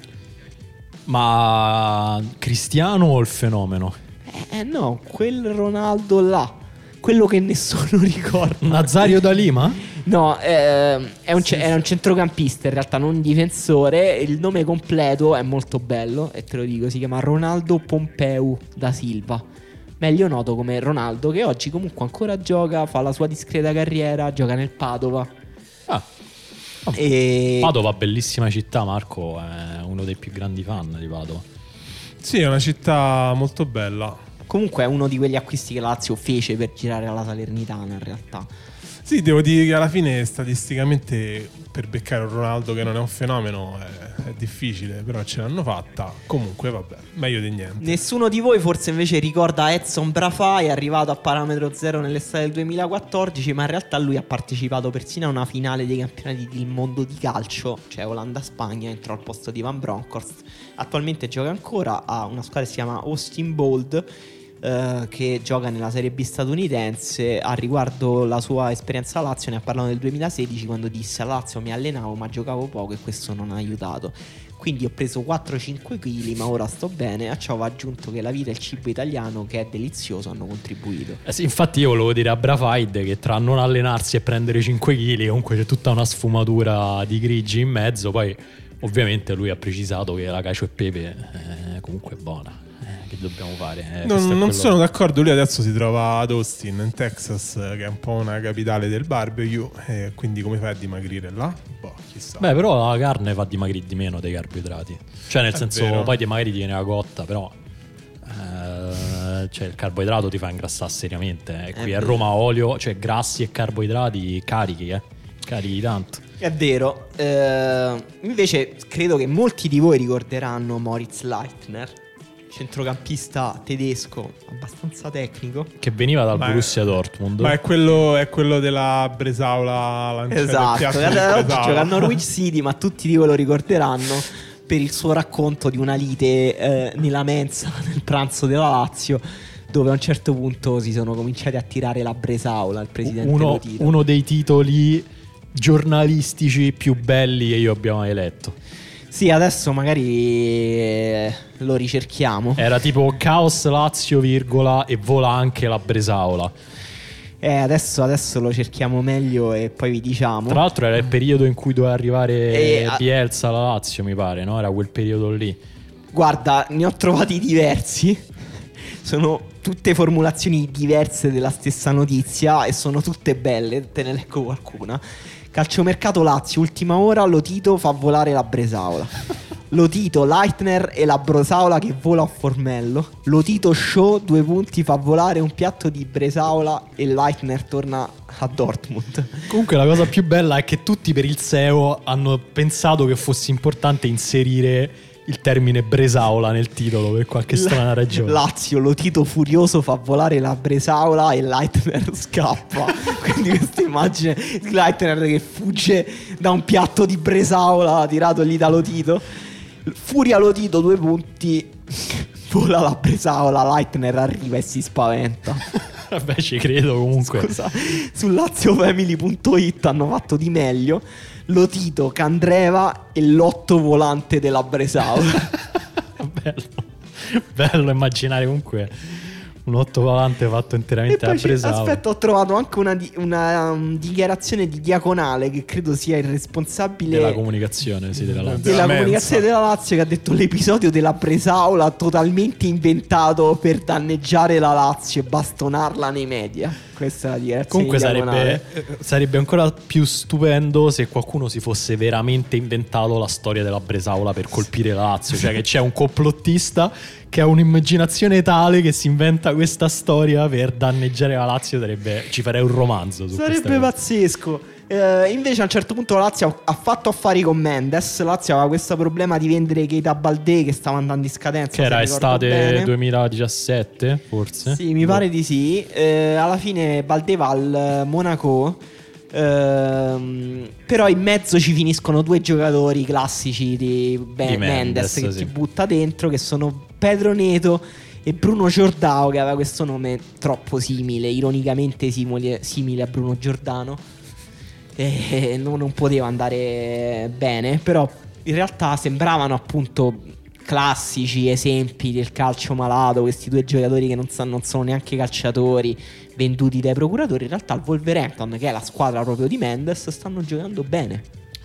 Ma Cristiano o il fenomeno? Eh, eh no, quel Ronaldo là, quello che nessuno ricorda. Nazario da Lima? No, eh, è un ce- era un centrocampista, in realtà non un difensore. Il nome completo è molto bello e te lo dico, si chiama Ronaldo Pompeu da Silva, meglio noto come Ronaldo, che oggi comunque ancora gioca, fa la sua discreta carriera, gioca nel Padova. Ah, E Padova, bellissima città, Marco è uno dei più grandi fan di Padova. Sì, è una città molto bella. comunque è uno di quegli acquisti che la Lazio fece per girare alla Salernitana in realtà. Sì, devo dire che alla fine statisticamente per beccare un Ronaldo che non è un fenomeno è, è difficile, però ce l'hanno fatta. Comunque vabbè, meglio di niente. Nessuno di voi forse invece ricorda Edson Brafai, arrivato a parametro zero nell'estate del duemilaquattordici, ma in realtà lui ha partecipato persino a una finale dei campionati del mondo di calcio, cioè Olanda-Spagna, entrò al posto di Van Bronckhorst. Attualmente gioca ancora a una squadra che si chiama Austin Bold, Uh, che gioca nella Serie B statunitense. A riguardo la sua esperienza a Lazio ne ha parlato nel duemilasedici, quando disse: a Lazio mi allenavo ma giocavo poco e questo non ha aiutato, quindi ho preso quattro cinque chili ma ora sto bene. A ciò va aggiunto che la vita e il cibo italiano, che è delizioso, hanno contribuito. Eh sì, infatti io volevo dire a Brafaid che tra non allenarsi e prendere cinque chili comunque c'è tutta una sfumatura di grigi in mezzo. Poi ovviamente lui ha precisato che la cacio e pepe è comunque buona. Che dobbiamo fare? Eh, Non, questo è non quello- sono d'accordo, lui adesso si trova ad Austin, in Texas, che è un po' una capitale del barbecue, e quindi come fai a dimagrire là? Boh, chissà. Beh, però la carne fa dimagrire di meno dei carboidrati. Cioè, nel È senso, vero. poi ti magari ti viene la cotta, però. eh, cioè, il carboidrato ti fa ingrassare seriamente. E qui a vero. Roma olio, cioè grassi e carboidrati carichi, eh. Carichi tanto. È vero. Eh, invece credo che molti di voi ricorderanno Moritz Leitner, centrocampista tedesco abbastanza tecnico. Che veniva dal Ma è- Borussia Dortmund. Ma è quello, è quello della Bresaola lanciata il Esatto, piatto e di allora oggi Bresaola. gioca a Norwich City, ma tutti di voi lo ricorderanno per il suo racconto di una lite eh, nella mensa nel pranzo della Lazio, dove a un certo punto si sono cominciati a tirare la Bresaola al presidente uno, Lotito. uno dei titoli giornalistici più belli che io abbia mai letto. Sì, adesso magari eh, lo ricerchiamo. Era tipo Caos Lazio, virgola, e vola anche la Bresaola. Eh, adesso, adesso lo cerchiamo meglio e poi vi diciamo. Tra l'altro era il periodo in cui doveva arrivare E a- Bielsa alla Lazio, mi pare, no? Era quel periodo lì. Guarda, ne ho trovati diversi. Sono tutte formulazioni diverse della stessa notizia e sono tutte belle. Te ne leggo qualcuna. Calciomercato Lazio, ultima ora, Lotito fa volare la Bresaola. Lotito, Leitner e la Bresaola che vola a Formello. Lotito show, due punti, fa volare un piatto di Bresaola e Leitner torna a Dortmund. Comunque la cosa più bella è che tutti per il S E O hanno pensato che fosse importante inserire il termine Bresaola nel titolo per qualche strana ragione. Lazio, Lotito furioso fa volare la Bresaola e Leitner scappa. Quindi questa immagine di Leitner che fugge da un piatto di Bresaola tirato lì da Lotito. Furia Lotito, due punti. Vola la Bresaola, Leitner arriva e si spaventa. Vabbè, ci credo comunque. Scusa, su laziofamily punto it hanno fatto di meglio. Lotito, Candreva e l'otto volante della Bresaola. bello. Bello immaginare comunque un otto volante fatto interamente E poi da c'è- Bresaola. aspetta, ho trovato anche una, di- una, um, dichiarazione di Diaconale, che credo sia il responsabile Della comunicazione, sì, della Lazio. della della comunicazione Mensa. della Lazio, che ha detto l'episodio della Bresaola totalmente inventato per danneggiare la Lazio e bastonarla nei media. Questa è la dichiarazione Comunque di Diaconale. sarebbe, eh, sarebbe ancora più stupendo se qualcuno si fosse veramente inventato la storia della Bresaola per colpire la Lazio. Cioè che c'è un complottista che ha un'immaginazione tale che si inventa questa storia per danneggiare la Lazio. Sarebbe, ci farei un romanzo su questa Sarebbe cosa. pazzesco. Eh, invece a un certo punto la Lazio ha fatto affari con Mendes. La Lazio aveva questo problema di vendere Keita Baldé, che stava andando in scadenza, Che era se ricordo estate bene. duemiladiciassette, forse. Sì, mi pare di sì. Eh, alla fine Baldé va al Monaco. Ehm, però in mezzo ci finiscono due giocatori classici di, Ben- Di Mendes, Mendes, che sì. ti butta dentro, che sono Pedro Neto e Bruno Giordano, che aveva questo nome troppo simile, ironicamente simile, simile a Bruno Giordano. E non, non poteva andare bene. Però in realtà sembravano appunto classici esempi del calcio malato, questi due giocatori che non, sa- non sono neanche calciatori, venduti dai procuratori. In realtà il Wolverhampton, che è la squadra proprio di Mendes, stanno giocando bene.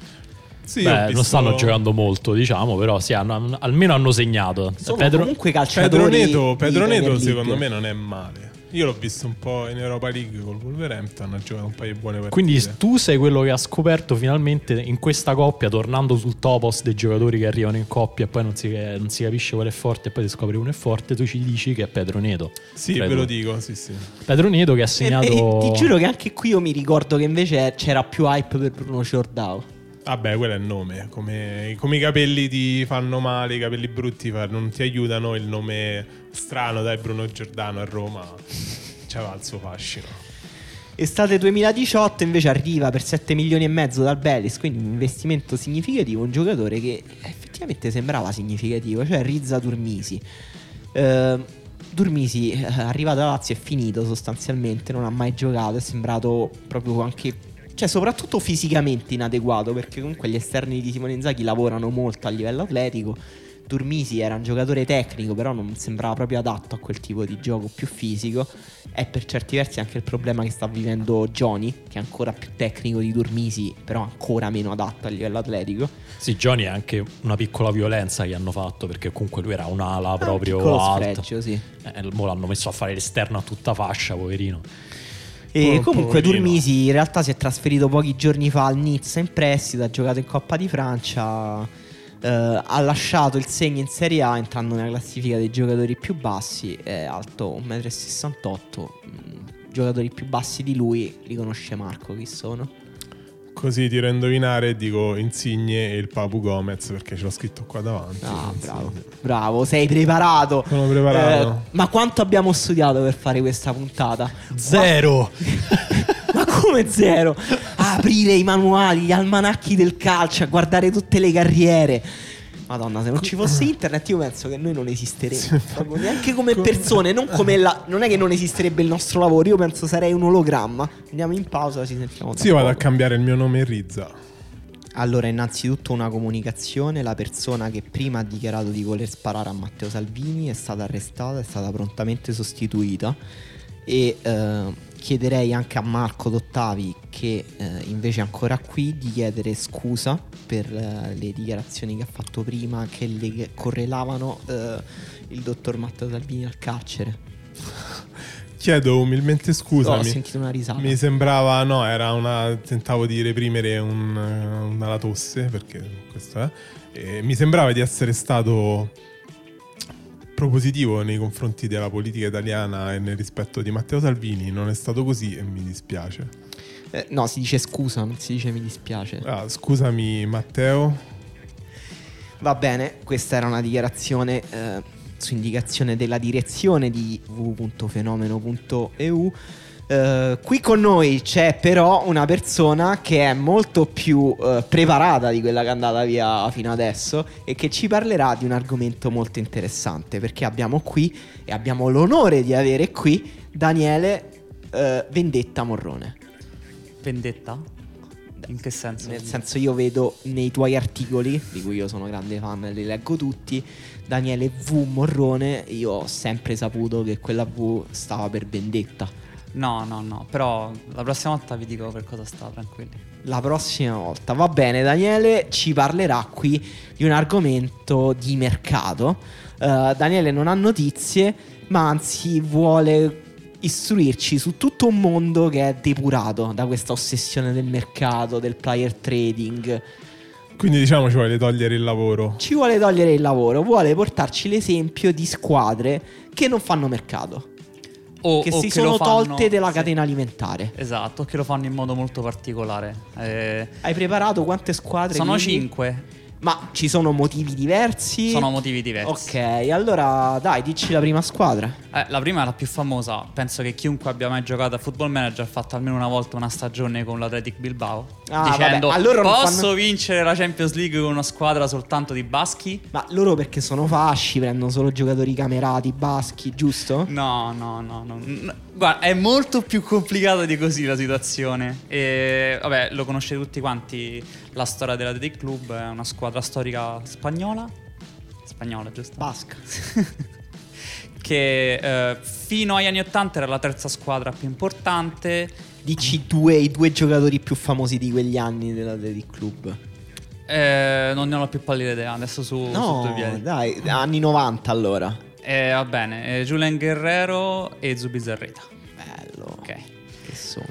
Sì, ho Beh, visto- non stanno giocando molto, diciamo, però sì, hanno- hanno- almeno hanno segnato. Sono Pedro, comunque Pedro calciatori Neto, di Pedro Premier Neto League. secondo me non è male. Io l'ho visto un po' in Europa League col Wolverhampton, ha giocato un paio di buone partite. Quindi tu sei quello che ha scoperto finalmente in questa coppia, tornando sul topos dei giocatori che arrivano in coppia e poi non si, non si capisce qual è forte e poi ti scopri uno è forte, tu ci dici che è Pedro Neto. Sì, Tra i ve lo due. dico, sì, sì. Pedro Neto che ha E- segnato... e ti giuro che anche qui io mi ricordo che invece c'era più hype per Bruno Giordano. Vabbè, quello è il nome. Come, come i capelli ti fanno male, i capelli brutti fa- non ti aiutano. Il nome strano, dai, Bruno Giordano a Roma c'aveva il suo fascino. Estate duemiladiciotto invece arriva per sette milioni e mezzo dal Betis, quindi un investimento significativo, un giocatore che effettivamente sembrava significativo, cioè Rizza Durmisi. Eh, Durmisi, eh, arrivato alla Lazio, è finito sostanzialmente, non ha mai giocato, è sembrato proprio anche, cioè soprattutto fisicamente inadeguato, perché comunque gli esterni di Simone Inzaghi lavorano molto a livello atletico. Durmisi era un giocatore tecnico, però non sembrava proprio adatto a quel tipo di gioco più fisico. È per certi versi anche il problema che sta vivendo Johnny, che è ancora più tecnico di Durmisi, però ancora meno adatto a livello atletico. Sì, Johnny è anche una piccola violenza che hanno fatto, perché comunque lui era un'ala Un proprio piccolo alta. sfregio, sì. Eh, mo l'hanno messo a fare l'esterno a tutta fascia, poverino. E Po- comunque poverino. Durmisi in realtà si è trasferito pochi giorni fa al Nizza in prestito, ha giocato in Coppa di Francia, eh, ha lasciato il segno in Serie A entrando nella classifica dei giocatori più bassi, è alto uno virgola sessantotto metri. Giocatori più bassi di lui li conosce Marco, chi sono? Così tiro a indovinare e dico Insigne e il Papu Gomez, perché ce l'ho scritto qua davanti. Ah, Insigne. bravo, bravo, sei preparato. Sono preparato. Eh, ma quanto abbiamo studiato per fare questa puntata? Zero! Ma come zero? Aprire i manuali, gli almanacchi del calcio, a guardare tutte le carriere. Madonna, se non ci fosse internet io penso che noi non esisteremmo proprio, neanche come persone, non come la... non è che non esisterebbe il nostro lavoro, io penso sarei un ologramma. Andiamo in pausa, ci sentiamo tra Sì, io vado a poco. cambiare il mio nome in Rizza. Allora, innanzitutto una comunicazione: la persona che prima ha dichiarato di voler sparare a Matteo Salvini è stata arrestata, è stata prontamente sostituita. E eh, chiederei anche a Marco Dottavi, che eh, invece è ancora qui, di chiedere scusa per eh, le dichiarazioni che ha fatto prima, che le correlavano eh, il dottor Matteo Salvini al carcere. Chiedo umilmente scusa. Oh, ho mi- sentito una risata. Mi sembrava, no, era una. Tentavo di reprimere un, una la tosse, perché questo è. E mi sembrava di essere stato propositivo nei confronti della politica italiana e nel rispetto di Matteo Salvini. Non è stato così e mi dispiace. Eh, no, si dice scusa, non si dice mi dispiace. Ah, scusami, Matteo. Va bene, questa era una dichiarazione eh, su indicazione della direzione di w w w punto fenomeno punto e u. Eh, qui con noi c'è però una persona che è molto più eh, preparata di quella che è andata via fino adesso e che ci parlerà di un argomento molto interessante, perché abbiamo qui e abbiamo l'onore di avere qui Daniele eh, Vendetta Morrone. Vendetta? In che senso? Nel senso, io vedo nei tuoi articoli, di cui io sono grande fan e li leggo tutti, Daniele V. Morrone, io ho sempre saputo che quella V stava per vendetta. No, no, no, però la prossima volta vi dico per cosa sta, tranquilli. La prossima volta, va bene. Daniele ci parlerà qui di un argomento di mercato. uh, Daniele non ha notizie, ma anzi vuole istruirci su tutto un mondo che è depurato da questa ossessione del mercato, del player trading. Quindi diciamo ci vuole togliere il lavoro. Ci vuole togliere il lavoro, vuole portarci l'esempio di squadre che non fanno mercato, O, che o si che sono lo fanno- tolte della sì, catena alimentare. Esatto, che lo fanno in modo molto particolare. Eh, Hai preparato quante squadre? sono quindi? cinque, Ma ci sono motivi diversi? sono motivi diversi. Ok, allora dai, dici la prima squadra. Eh, la prima è la più famosa. Penso che chiunque abbia mai giocato a Football Manager ha fatto almeno una volta una stagione con l'Athletic Bilbao, Ah, dicendo vabbè, allora non posso fanno- vincere la Champions League con una squadra soltanto di baschi? Ma loro perché sono fasci, prendono solo giocatori camerati, baschi, giusto? No, no, no, no. N- Guarda, è molto più complicata di così la situazione. E vabbè, lo conoscete tutti quanti. La storia dell'Athletic Club è una squadra storica spagnola. Spagnola, giusto? Basca. Che eh, fino agli anni ottanta era la terza squadra più importante. Dici due, i due giocatori più famosi di quegli anni dell'Athletic Club. Eh, non ne ho la più pallida idea, adesso su, su due No, piedi. dai, anni novanta allora. Eh, va bene, eh, Julen Guerrero e Zubizarreta. Bello. Ok. Che sogno.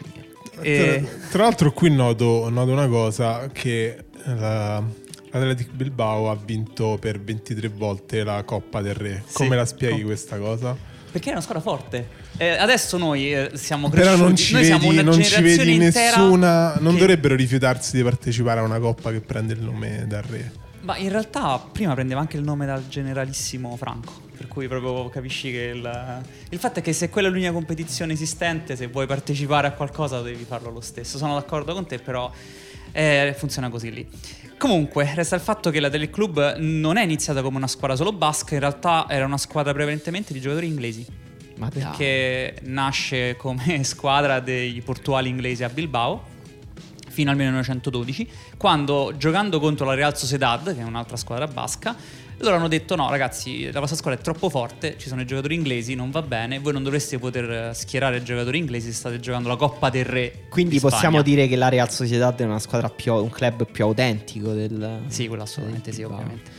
E- Tra, tra l'altro qui noto, noto una cosa, che la, l'Athletic Bilbao ha vinto per ventitré volte la Coppa del Re. Sì. Come la spieghi Com- questa cosa? Perché è una squadra forte. Eh, adesso noi eh, siamo Però cresciuti. non ci noi siamo vedi, una non ci generazione vedi intera nessuna. Non che- dovrebbero rifiutarsi di partecipare a una Coppa che prende il nome dal Re. Ma in realtà prima prendeva anche il nome dal generalissimo Franco. Per cui proprio capisci che il, il fatto è che se quella è l'unica competizione esistente, se vuoi partecipare a qualcosa devi farlo lo stesso. Sono d'accordo con te, però eh, funziona così lì. Comunque, resta il fatto che la Athletic Club non è iniziata come una squadra solo basca, in realtà era una squadra prevalentemente di giocatori inglesi. Ma dai. Che nasce come squadra dei portuali inglesi a Bilbao fino al millenovecentododici, quando giocando contro la Real Sociedad, che è un'altra squadra basca, loro hanno detto no ragazzi, la vostra squadra è troppo forte, ci sono i giocatori inglesi, non va bene, voi non dovreste poter schierare giocatori inglesi, state giocando la Coppa del Re. Quindi di possiamo Spagna. dire che la Real Sociedad è una squadra più, un club più autentico del... Sì, quello assolutamente sì, Bilbao. ovviamente.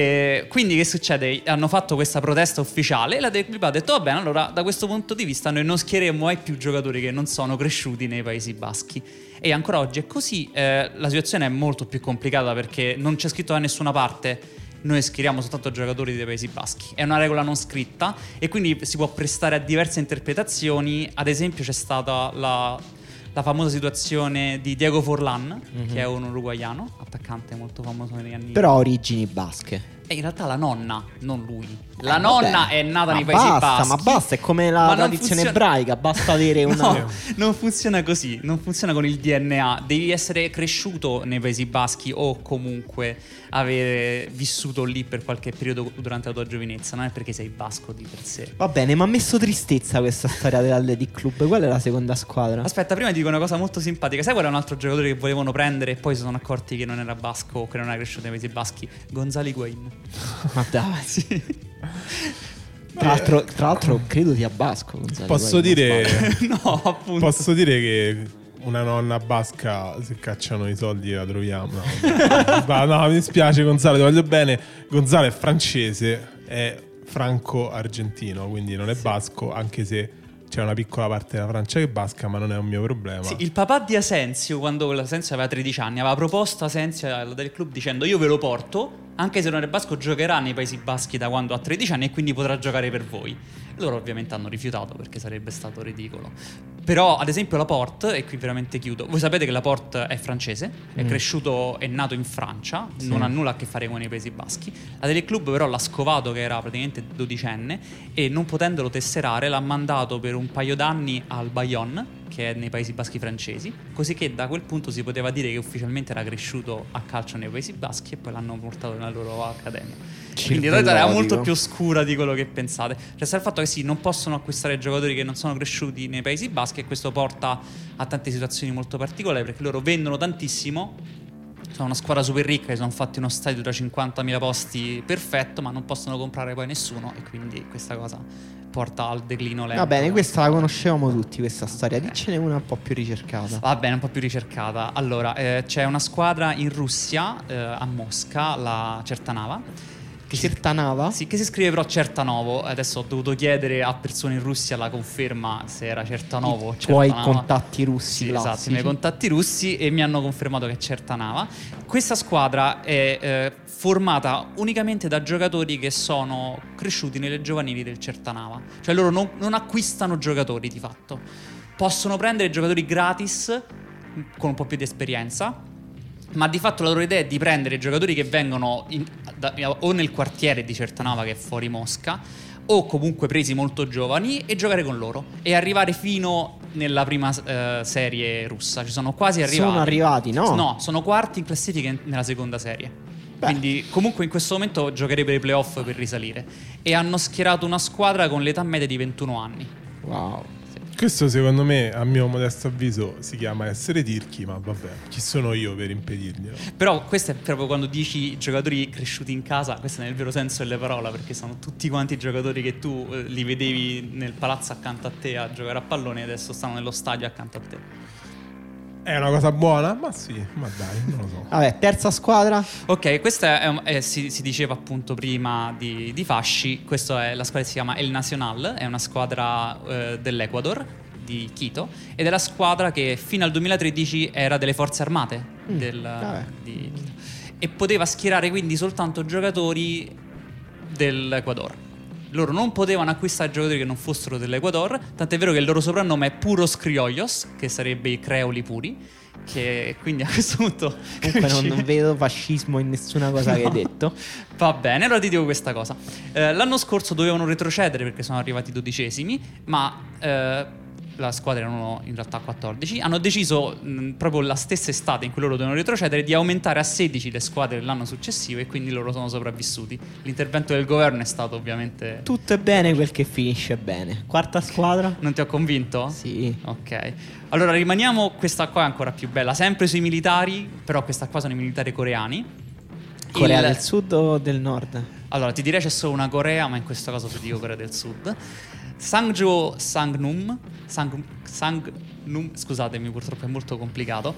E quindi che succede? Hanno fatto questa protesta ufficiale e la Athletic Bilbao ha detto va bene, allora da questo punto di vista noi non schiereremo mai più giocatori che non sono cresciuti nei Paesi Baschi. E ancora oggi è così. Eh, la situazione è molto più complicata perché non c'è scritto da nessuna parte noi schieriamo soltanto giocatori dei Paesi Baschi. È una regola non scritta e quindi si può prestare a diverse interpretazioni. Ad esempio c'è stata la, la famosa situazione di Diego Forlán, Mhm. che è un uruguaiano, attaccante molto famoso negli anni... Però ha origini basche. E in realtà la nonna, non lui. La Eh, nonna vabbè. è nata Ma nei Paesi basta, Baschi. ma basta, è come la Ma non tradizione funziona- ebraica, basta avere una... No, non funziona così, non funziona con il D N A. Devi essere cresciuto nei Paesi Baschi o comunque avere vissuto lì per qualche periodo durante la tua giovinezza. Non è perché sei basco di per sé. Va bene, ma ha messo tristezza questa storia dell'Athletic Club. Qual è la seconda squadra? Aspetta, prima ti dico una cosa molto simpatica. Sai qual è un altro giocatore che volevano prendere e poi si sono accorti che non era basco o che non era cresciuto nei Paesi Baschi? Gonzalo Higuain. Ma dai. Sì. Tra l'altro, tra l'altro credo sia basco. Gonzalo Posso Higuain, dire, non sbaglio. No, appunto. posso dire che una nonna basca, se cacciano i soldi la troviamo. No, no, no, mi dispiace Gonzalo, ti voglio bene. Gonzalo è francese, è franco-argentino, quindi non è basco, anche se c'è una piccola parte della Francia che è basca, ma non è un mio problema. Sì, il papà di Asensio, quando Asensio aveva tredici anni, aveva proposto Asensio del club dicendo io ve lo porto, anche se non è basco giocherà nei Paesi Baschi da quando ha tredici anni e quindi potrà giocare per voi. Loro ovviamente hanno rifiutato perché sarebbe stato ridicolo. Però ad esempio Laporte, e qui veramente chiudo, voi sapete che Laporte è francese, è Mm. cresciuto, è nato in Francia, Sì. non ha nulla a che fare con i Paesi Baschi. La del club però l'ha scovato che era praticamente dodicenne e non potendolo tesserare l'ha mandato per un paio d'anni al Bayonne, che è nei Paesi Baschi francesi, così che da quel punto si poteva dire che ufficialmente era cresciuto a calcio nei Paesi Baschi e poi l'hanno portato nella loro accademia. Quindi la realtà era molto più oscura di quello che pensate. Resta il fatto che sì, non possono acquistare giocatori che non sono cresciuti nei Paesi Baschi, e questo porta a tante situazioni molto particolari, perché loro vendono tantissimo, sono una squadra super ricca, che sono fatti uno stadio da cinquantamila posti perfetto, ma non possono comprare poi nessuno, e quindi questa cosa porta al declino lento. Va bene, questa la conoscevamo tutti, questa storia. Diccene una un po' più ricercata. Va bene, un po' più ricercata. Allora, eh, c'è una squadra in Russia, eh, a Mosca, la Certanava. Che Certanava? Si, sì, che si scrive però Certanovo. Adesso ho dovuto chiedere a persone in Russia la conferma se era Certanovo o I tuoi Certanava. contatti russi, sì, classici. esatto, i miei contatti russi, e mi hanno confermato che è Certanava. Questa squadra è eh, formata unicamente da giocatori che sono cresciuti nelle giovanili del Certanava. Cioè loro non, non acquistano giocatori di fatto. Possono prendere giocatori gratis con un po' più di esperienza, ma di fatto la loro idea è di prendere giocatori che vengono in, da, o nel quartiere di Certanava, che è fuori Mosca, o comunque presi molto giovani, e giocare con loro e arrivare fino nella prima eh, serie russa. Ci sono quasi arrivati. Sono arrivati, no? No, sono quarti in classifica in- nella seconda serie. Beh. Quindi comunque in questo momento giocherebbero i playoff per risalire, e hanno schierato una squadra con l'età media di ventuno anni. Wow. Questo secondo me, a mio modesto avviso, si chiama essere tirchi, ma vabbè, chi sono io per impedirglielo? Però questo è proprio quando dici giocatori cresciuti in casa, questo è nel vero senso delle parole, perché sono tutti quanti giocatori che tu eh, li vedevi nel palazzo accanto a te a giocare a pallone, e adesso stanno nello stadio accanto a te. È una cosa buona? Ma sì, ma dai, non lo so. Vabbè, terza squadra. Ok, questa è, un- è- si, si diceva appunto prima di, di Fasci. Questa è la squadra che si chiama El Nacional, è una squadra eh, dell'Ecuador, di Quito, ed è la squadra che fino al duemilatredici era delle forze armate Mm, del, vabbè. di Quito, e poteva schierare quindi soltanto giocatori dell'Ecuador. Loro non potevano acquistare giocatori che non fossero dell'Ecuador, tant'è vero che il loro soprannome è Puros Criollos, che sarebbe i creoli puri, che quindi a questo punto Comunque non, non vedo fascismo in nessuna cosa che hai detto. Va bene, allora ti dico questa cosa. Eh, l'anno scorso dovevano retrocedere perché sono arrivati dodicesimi, ma eh, la squadra erano in realtà quattordici. Hanno deciso mh, proprio la stessa estate in cui loro dovevano retrocedere di aumentare a sedici le squadre dell'anno successivo, e quindi loro sono sopravvissuti. L'intervento del governo è stato ovviamente... Tutto è bene quel che finisce bene. Quarta squadra? Non ti ho convinto? Sì. Ok. Allora rimaniamo, questa qua è ancora più bella, sempre sui militari, però questa qua sono i militari coreani. Corea Il- del Sud o del Nord? Allora, ti direi c'è solo una Corea, ma in questo caso ti dico Corea del Sud. Sangjo Sangnum, Sang, Sangnum, scusatemi, purtroppo è molto complicato.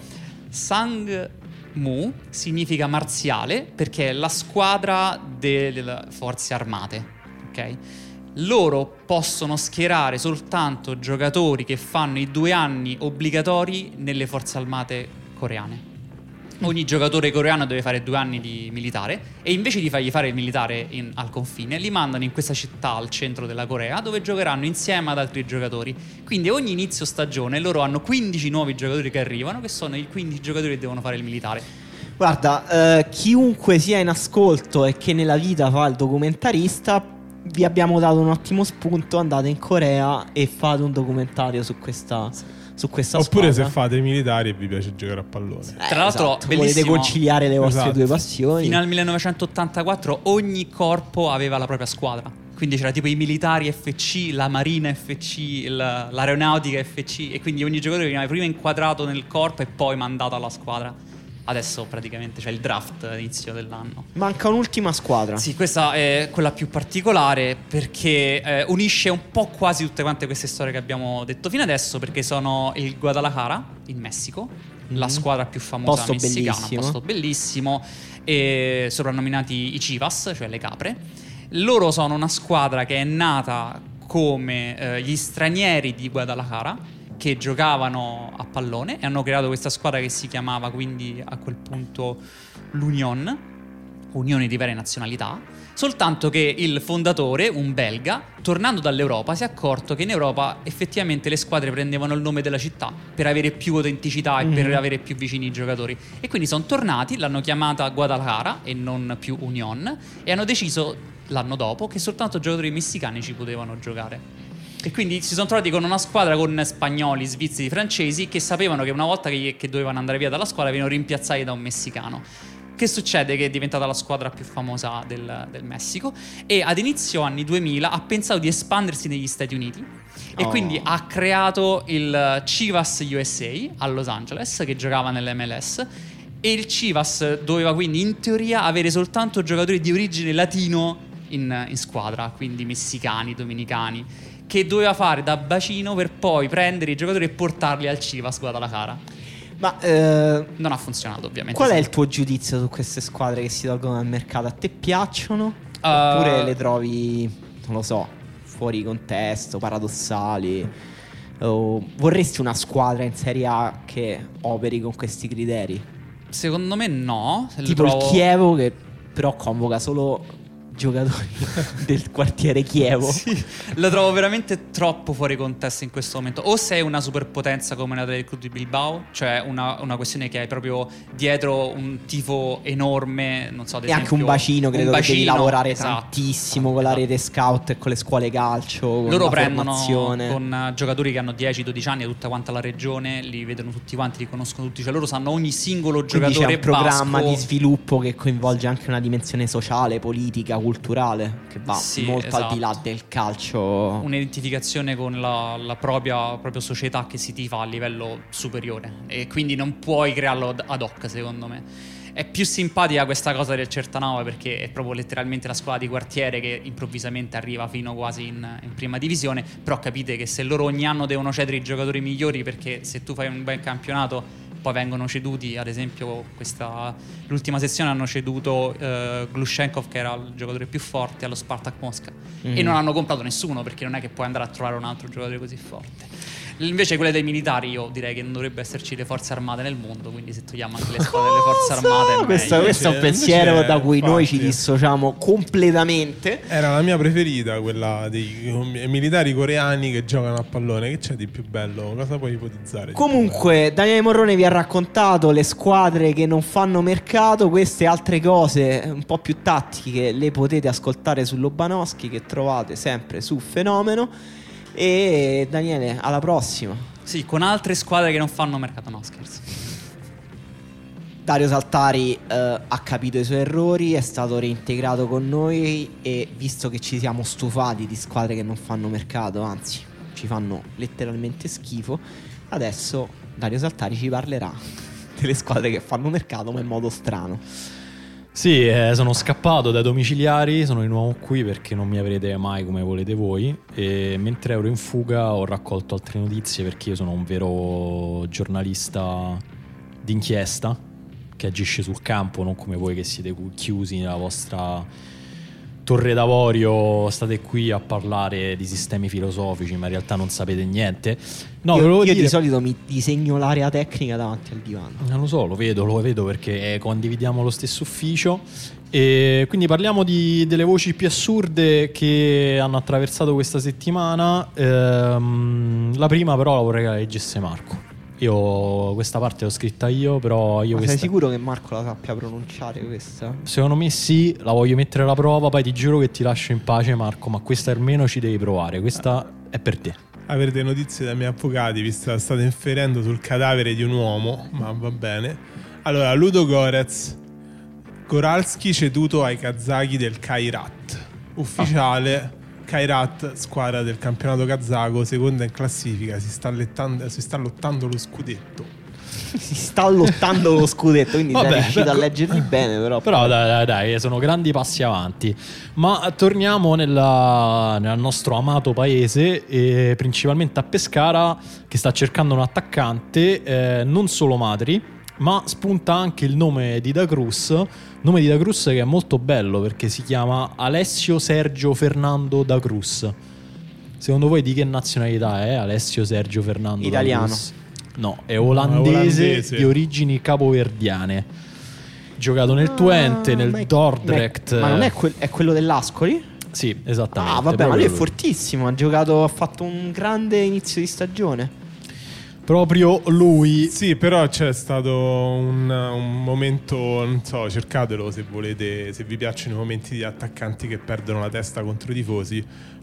Sangmu significa marziale perché è la squadra delle forze armate, ok? Loro possono schierare soltanto giocatori che fanno i due anni obbligatori nelle forze armate coreane. Ogni giocatore coreano deve fare due anni di militare, e invece di fargli fare il militare in- al confine, li mandano in questa città al centro della Corea, dove giocheranno insieme ad altri giocatori. Quindi ogni inizio stagione loro hanno quindici nuovi giocatori che arrivano, che sono i quindici giocatori che devono fare il militare. Guarda, eh, chiunque sia in ascolto e che nella vita fa il documentarista, vi abbiamo dato un ottimo spunto. Andate in Corea e fate un documentario su questa, su questa Oppure squadra. se fate i militari e vi piace giocare a pallone. Eh, Tra l'altro, esatto, volete bellissimo. conciliare le vostre Esatto. due passioni. Fino al millenovecentottantaquattro ogni corpo aveva la propria squadra. Quindi c'era tipo i militari F C, la marina F C, il- l'aeronautica F C, e quindi ogni giocatore veniva prima inquadrato nel corpo e poi mandato alla squadra. Adesso praticamente c'è il draft all'inizio dell'anno. Manca un'ultima squadra. Sì, questa è quella più particolare perché eh, unisce un po' quasi tutte quante queste storie che abbiamo detto fino adesso, perché sono il Guadalajara in Messico, la Mm. squadra più famosa Posto messicana, bellissimo. posto bellissimo, e soprannominati i Chivas, cioè le capre. Loro sono una squadra che è nata come eh, gli stranieri di Guadalajara che giocavano a pallone, e hanno creato questa squadra che si chiamava quindi a quel punto l'Union, Unione di varie nazionalità. Soltanto che il fondatore, un belga, tornando dall'Europa, si è accorto che in Europa effettivamente le squadre prendevano il nome della città per avere più autenticità e per Mhm. avere più vicini i giocatori, e quindi sono tornati, l'hanno chiamata Guadalajara e non più Union, e hanno deciso l'anno dopo che soltanto giocatori messicani ci potevano giocare. E quindi si sono trovati con una squadra con spagnoli, svizzeri, francesi che sapevano che una volta che, che dovevano andare via dalla squadra venivano rimpiazzati da un messicano. Che succede? Che è diventata la squadra più famosa del, del Messico e ad inizio anni duemila ha pensato di espandersi negli Stati Uniti e Oh. quindi ha creato il Chivas U S A a Los Angeles che giocava nell'M L S e il Chivas doveva quindi in teoria avere soltanto giocatori di origine latino in, in squadra, quindi messicani, dominicani, che doveva fare da bacino per poi prendere i giocatori e portarli al Chivas Guadalajara. Ma eh, Non ha funzionato ovviamente. qual è sì. il tuo giudizio su queste squadre che si tolgono dal mercato? A te piacciono? Uh, Oppure le trovi, non lo so, fuori contesto, paradossali? O vorresti una squadra in Serie A che operi con questi criteri? Secondo me no. Lo Tipo trovo- il Chievo che però convoca solo giocatori del quartiere Chievo. Sì, lo trovo veramente troppo fuori contesto in questo momento. O sei una superpotenza come la del Club di Bilbao, cioè una, una questione che hai proprio dietro un tifo enorme, non so, ad E esempio anche un bacino, credo un che devi bacino, lavorare esatto, tantissimo con la esatto. rete scout e con le scuole calcio, con Loro la prendono formazione. con uh, giocatori che hanno dieci dodici anni, tutta quanta la regione, li vedono tutti quanti, li conoscono tutti, cioè loro sanno ogni singolo Quindi c'è giocatore un programma basco. di sviluppo che coinvolge anche una dimensione sociale, politica, culturale, che va Sì, molto al di là esatto. del calcio. Un'identificazione con la, la propria, propria società che si tifa a livello superiore e quindi non puoi crearlo ad- ad hoc, secondo me. È più simpatica questa cosa del Certanova perché è proprio letteralmente la squadra di quartiere che improvvisamente arriva fino quasi in, in prima divisione, però capite che se loro ogni anno devono cedere i giocatori migliori perché se tu fai un bel campionato poi vengono ceduti, ad esempio questa, l'ultima sessione hanno ceduto eh, Glushenkov che era il giocatore più forte allo Spartak Mosca Mm. e non hanno comprato nessuno perché non è che puoi andare a trovare un altro giocatore così forte. Invece quelle dei militari io direi che non dovrebbe esserci le forze armate nel mondo, quindi se togliamo anche le squadre delle forze armate è questo, meglio. questo è un Invece- pensiero invece, da cui noi ci infatti. dissociamo completamente. Era la mia preferita, quella dei militari coreani che giocano a pallone. Che c'è di più bello? Cosa puoi ipotizzare? di più Comunque Daniele Morrone vi ha raccontato le squadre che non fanno mercato. Queste altre cose un po' più tattiche le potete ascoltare su Lobanowski, che trovate sempre su Fenomeno. E Daniele, alla prossima. Sì, con altre squadre che non fanno mercato, no scherzo. Dario Saltari eh, ha capito i suoi errori, è stato reintegrato con noi e visto che ci siamo stufati di squadre che non fanno mercato, anzi ci fanno letteralmente schifo, adesso Dario Saltari ci parlerà delle squadre che fanno mercato ma in modo strano. Sì, eh, sono scappato dai domiciliari, sono di nuovo qui perché non mi avrete mai come volete voi e mentre ero in fuga ho raccolto altre notizie perché io sono un vero giornalista d'inchiesta che agisce sul campo, non come voi che siete chiusi nella vostra torre d'avorio, state qui a parlare di sistemi filosofici ma in realtà non sapete niente. No, io volevo io dire... di solito mi disegno l'area tecnica davanti al divano. Non lo so, lo vedo, lo vedo perché condividiamo lo stesso ufficio. E quindi parliamo di, delle voci più assurde che hanno attraversato questa settimana. Ehm, la prima però la vorrei che la leggesse Marco. Io questa parte l'ho scritta io, però io Ma questa... sei sicuro che Marco la sappia pronunciare questa? Secondo me sì, la voglio mettere alla prova, poi ti giuro che ti lascio in pace Marco, ma questa almeno ci devi provare, questa è per te. Avete notizie dai miei avvocati, visto che state inferendo sul cadavere di un uomo, ma va bene. Allora, Ludo Gorez, Goralski ceduto ai kazaki del Kairat. Ufficiale, Kairat, squadra del campionato kazako, seconda in classifica, si sta, lettando, si sta lottando lo scudetto. Si sta lottando lo scudetto, quindi Vabbè, sei riuscito a beh, leggerli bene però. Però dai, dai, dai, sono grandi passi avanti. Ma torniamo nella- nel nostro amato paese, e principalmente a Pescara, che sta cercando un attaccante, eh, non solo Matri, ma spunta anche il nome di Da Cruz. Nome di Da Cruz che è molto bello perché si chiama Alessio Sergio Fernando Da Cruz. Secondo voi di che nazionalità è Alessio Sergio Fernando Italiano. Da Cruz? No, è olandese, No, è olandese. di origini capoverdiane. Giocato nel Twente, Ah, nel ma è- Dordrecht. Ma, ma non è, quel- è quello dell'Ascoli? Sì, esattamente. Ah, vabbè, ma proprio lui è lui. fortissimo. Ha giocato, ha fatto un grande inizio di stagione. Proprio lui. Sì, però c'è stato un, un momento, non so, cercatelo se volete, se vi piacciono i momenti di attaccanti che perdono la testa contro i tifosi.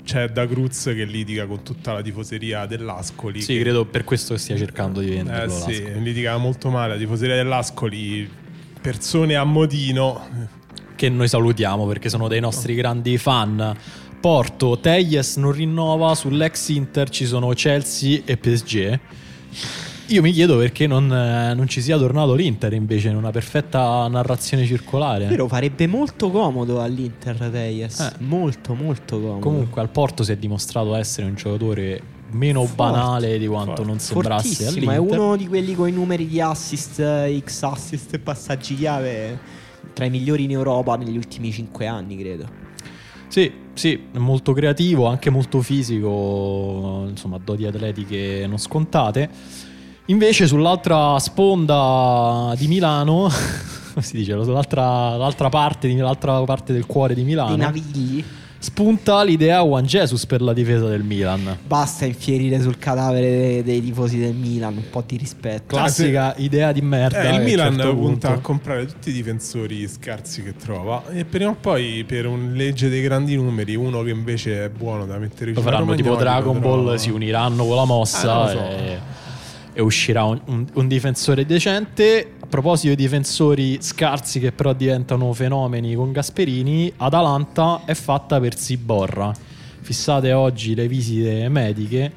c'è Da Cruz che litiga con tutta la tifoseria dell'Ascoli. Sì, che, credo per questo che stia cercando di eh, venderlo. sì, l'Ascoli. litiga molto male la tifoseria dell'Ascoli, persone a modino. Che noi salutiamo perché sono dei nostri grandi fan. Porto, Telles non rinnova, sull'ex Inter ci sono Chelsea e P S G. Io mi chiedo perché non, non ci sia tornato l'Inter invece in una perfetta narrazione circolare. Vero, farebbe molto comodo all'Inter Telles, Eh. molto molto comodo. Comunque al Porto si è dimostrato essere un giocatore meno Forte, banale di quanto forte. non sembrasse fortissimo, è all'Inter. uno di quelli con i numeri di assist, X assist e passaggi chiave tra i migliori in Europa negli ultimi cinque anni, credo. Sì, sì, è molto creativo, anche molto fisico, insomma, doti atletiche non scontate. Invece sull'altra sponda di Milano, come si dice, sull'altra l'altra parte, di- l'altra parte del cuore di Dei Milano, navigli. spunta l'idea Juan Jesus per la difesa del Milan. Basta infierire sul cadavere dei, dei tifosi del Milan, un po' di rispetto. Classica idea di merda. Eh, il che a un Milan certo punta punto- a comprare tutti i difensori scarsi che trova e prima o poi per un legge dei grandi numeri uno che invece è buono da mettere Lo vicino a faranno tipo Romagnoli, Dragon lo Ball, trova. si uniranno con la mossa Ah, non lo so. e, e uscirà un, un- un difensore decente. A proposito di difensori scarsi che però diventano fenomeni con Gasperini, Atalanta è fatta per Ziborra. Fissate oggi le visite mediche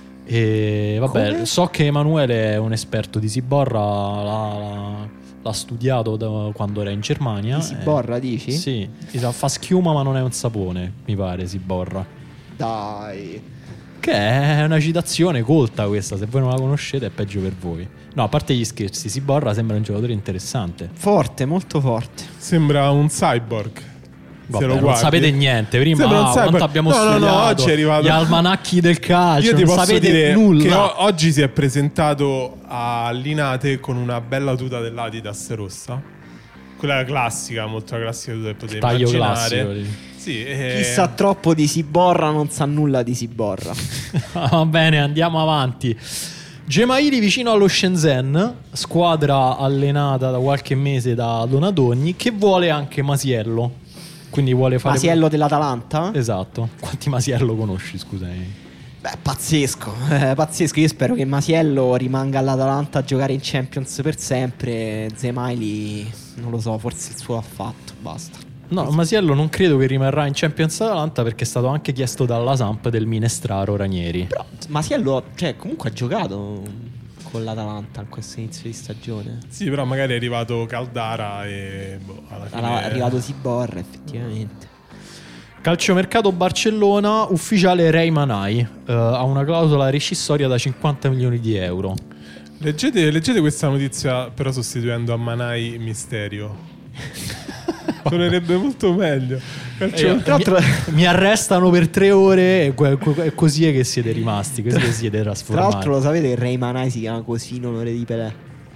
e vabbè, Come? so che Emanuele è un esperto di Ziborra, l'ha, l'ha- l'ha studiato da quando era in Germania. Di Ziborra, Eh, dici? Sì, fa schiuma ma non è un sapone, mi pare, Ziborra. Dai. Che è una citazione colta questa, se voi non la conoscete è peggio per voi. No, a parte gli scherzi, Ziborra sembra un giocatore interessante. Forte, molto forte. Sembra un cyborg. Vabbè, Se lo non guardi. sapete niente, prima Sembra un ah, cyborg. quanto abbiamo No, no, no, studiato oggi è arrivato- gli almanacchi del calcio, Io ti non posso sapete dire nulla. che o- oggi si è presentato a Linate con una bella tuta dell'Adidas rossa. Quella classica, molto la classica tuta che potevi Taglio immaginare. classico. Sì, eh, Chi sa troppo di Ziborra non sa nulla di Ziborra. Va bene, andiamo avanti. Gemayili vicino allo Shenzhen, squadra allenata da qualche mese da Donadoni, che vuole anche Masiello. Quindi vuole fare Masiello dell'Atalanta? Esatto. Quanti Masiello conosci, scusami? Beh, pazzesco, eh, pazzesco. Io spero che Masiello rimanga all'Atalanta a giocare in Champions per sempre. Zemaili, non lo so, forse il suo l'ha fatto, basta. No, Masiello non credo che rimarrà in Champions Atalanta perché è stato anche chiesto dalla Samp del Minestraro Ranieri. Però Masiello, cioè, comunque ha giocato con l'Atalanta in questo inizio di stagione. sì, però magari è arrivato Caldara e boh, alla fine Allora, è arrivato Ziborra, effettivamente. Calciomercato Barcellona, ufficiale Rey Manai, eh, ha una clausola rescissoria da cinquanta milioni di euro. Leggete, leggete questa notizia però sostituendo a Manai Misterio. Suonerebbe molto meglio. Calcio- Eh, tra l'altro- mi, mi arrestano per tre ore e que- que- è così è che siete rimasti, così che siete Tra trasformati. l'altro lo sapete che Rey Manai si chiama così in onore di Pelé?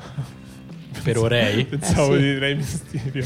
Per Orei. Pensavo Eh, sì. di Rey Mysterio.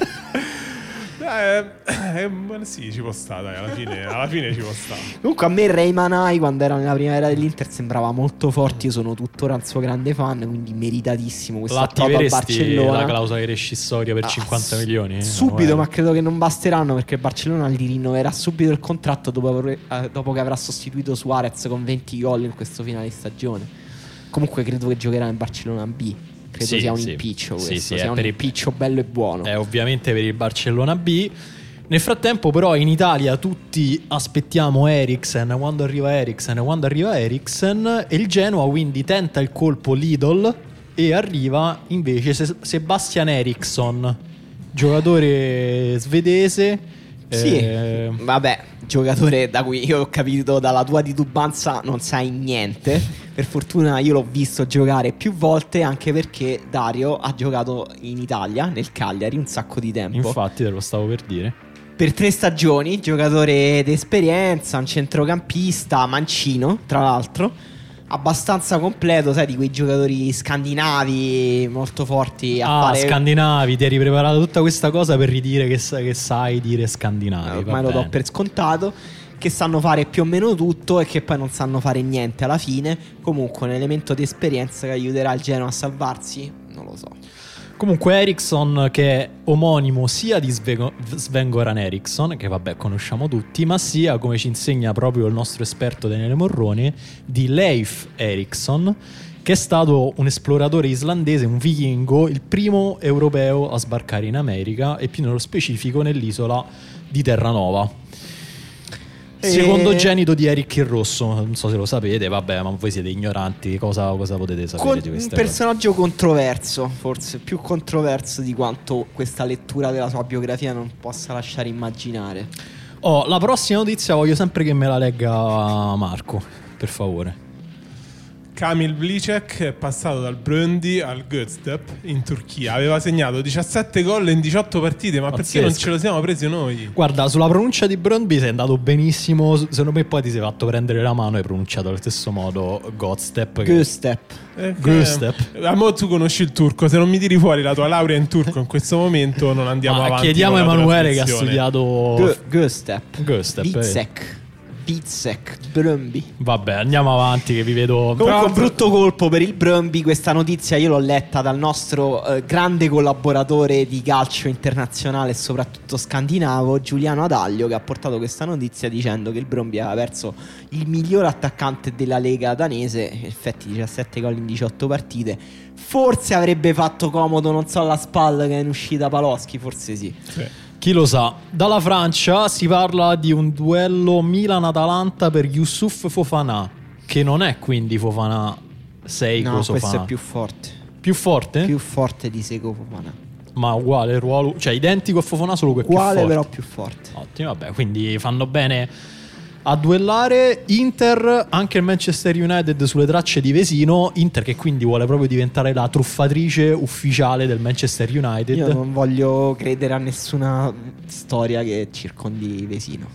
Eh, eh, ma sì, ci può stare, dai, alla fine, alla fine ci può stare. Comunque a me Rey Manai quando era nella primavera dell'Inter sembrava molto forte. Io sono tuttora un suo grande fan, quindi meritatissimo questo approdo al L'attiveresti Barcellona. la clausola rescissoria per Ah, cinquanta milioni? Subito, Emanuele? ma credo che non basteranno perché il Barcellona gli rinnoverà subito il contratto dopo, aver- eh, dopo che avrà sostituito Suarez con venti gol in questo finale di stagione. Comunque credo che giocherà nel Barcellona B. Credo Sì, sia un sì. impiccio Sì, questo, sì, sia è un per il- impiccio bello e buono. È ovviamente per il Barcellona B. Nel frattempo però in Italia tutti aspettiamo Eriksen, quando arriva Eriksen, quando arriva Eriksen, e il Genoa quindi tenta il colpo Lidl e arriva invece Se- Sebastian Eriksson, giocatore svedese. Sì, eh, vabbè, giocatore da cui io ho capito dalla tua titubanza non sai niente. Per fortuna io l'ho visto giocare più volte, anche perché Dario ha giocato in Italia, nel Cagliari, un sacco di tempo. infatti te lo stavo per dire. Per tre stagioni, giocatore d'esperienza, un centrocampista, mancino, tra l'altro, abbastanza completo, sai, di quei giocatori scandinavi molto forti a Ah, fare... scandinavi, ti eri preparato tutta questa cosa per ridire che, sa- che sai dire scandinavi. ormai va lo do bene. per scontato, che sanno fare più o meno tutto e che poi non sanno fare niente alla fine. Comunque un elemento di esperienza che aiuterà il Genoa a salvarsi, non lo so. Comunque Ericsson, che è omonimo sia di Svego- Sven-Goran Eriksson, che vabbè conosciamo tutti, ma sia, come ci insegna proprio il nostro esperto Daniele Morrone, di Leif Erikson, che è stato un esploratore islandese, un vichingo, il primo europeo a sbarcare in America e più nello specifico nell'isola di Terranova. E... Secondogenito di Eric il Rosso, non so se lo sapete, vabbè, ma voi siete ignoranti, cosa, cosa potete sapere Con- di un queste personaggio controverso, forse più controverso di quanto questa lettura della sua biografia non possa lasciare immaginare. cose? Oh, la prossima notizia voglio sempre che me la legga Marco, per favore. Kamil Vlicek è passato dal Brøndby al Göztepe in Turchia. Aveva segnato diciassette gol in diciotto partite, ma Pazzesco. perché non ce lo siamo presi noi? Guarda, sulla pronuncia di Brøndby sei andato benissimo. Secondo me poi ti sei fatto prendere la mano e hai pronunciato allo stesso modo Godstep. che- Göztepe. Eh, Göztepe. eh, mo tu conosci il turco, se non mi tiri fuori la tua laurea in turco in questo momento non andiamo Ma avanti. chiediamo a con la Emanuele che ha trasmissione. studiato. Gö- Göztepe. Göztepe, eh. Vizek. Vizek. Brøndby. Vabbè, andiamo avanti che vi vedo. Comunque un Però- brutto colpo per il Brøndby. Questa notizia io l'ho letta dal nostro eh, grande collaboratore di calcio internazionale e soprattutto scandinavo, Giuliano Adaglio, che ha portato questa notizia dicendo che il Brøndby aveva perso il miglior attaccante della lega danese. In effetti diciassette gol in diciotto partite. Forse avrebbe fatto comodo, non so, alla spalla che è in uscita Paloschi, forse sì. Sì. Chi lo sa. Dalla Francia si parla di un duello Milan-Atalanta per Youssouf Fofana, che non è quindi Fofana Seiko No, Fofana. questo è più forte. Più forte? Più forte di Seco Fofana. Ma uguale il ruolo, cioè identico a Fofana, solo che è più Uguale forte. però più forte. Ottimo, vabbè, quindi fanno bene a duellare. Inter, anche il Manchester United sulle tracce di Vesino. Inter che quindi vuole proprio diventare la truffatrice ufficiale del Manchester United. Io non voglio credere a nessuna storia che circondi Vesino.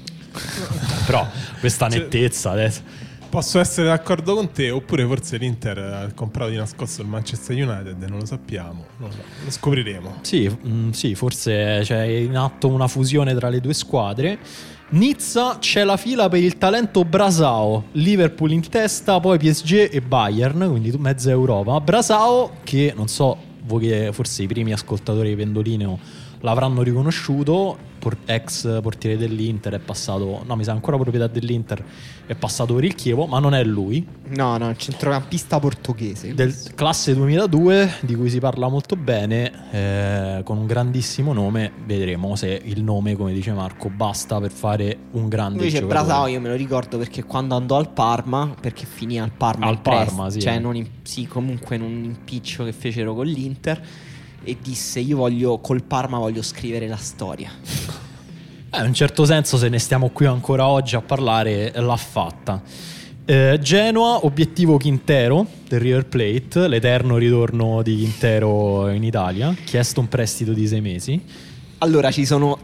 Però questa Cioè- nettezza adesso. Posso essere d'accordo con te, oppure forse l'Inter ha comprato di nascosto il Manchester United e non lo sappiamo, non lo, so, lo scopriremo. Sì, mm, sì, forse c'è in atto una fusione tra le due squadre. Nizza, c'è la fila per il talento Brasao, Liverpool in testa, poi P S G e Bayern, quindi mezza Europa. Brasao, che non so, voi che forse i primi ascoltatori di Pendolino l'avranno riconosciuto, por- ex portiere dell'Inter, è passato, no mi sa ancora proprietà dell'Inter, è passato per il Chievo, ma non è lui. No, no, centrocampista portoghese. Del classe duemiladue, di cui si parla molto bene, eh, con un grandissimo nome. Vedremo se il nome, come dice Marco, basta per fare un grande Invece giocatore. Brasao io me lo ricordo perché quando andò al Parma, perché finì al Parma Al in prestito, Parma, sì. cioè non in- sì, comunque in un impiccio che fecero con l'Inter, e disse: io voglio col Parma voglio scrivere la storia. Eh, in un certo senso, se ne stiamo qui ancora oggi a parlare, l'ha fatta. Eh, Genoa, obiettivo Quintero del River Plate, l'eterno ritorno di Quintero in Italia, chiesto un prestito di sei mesi. Allora ci sono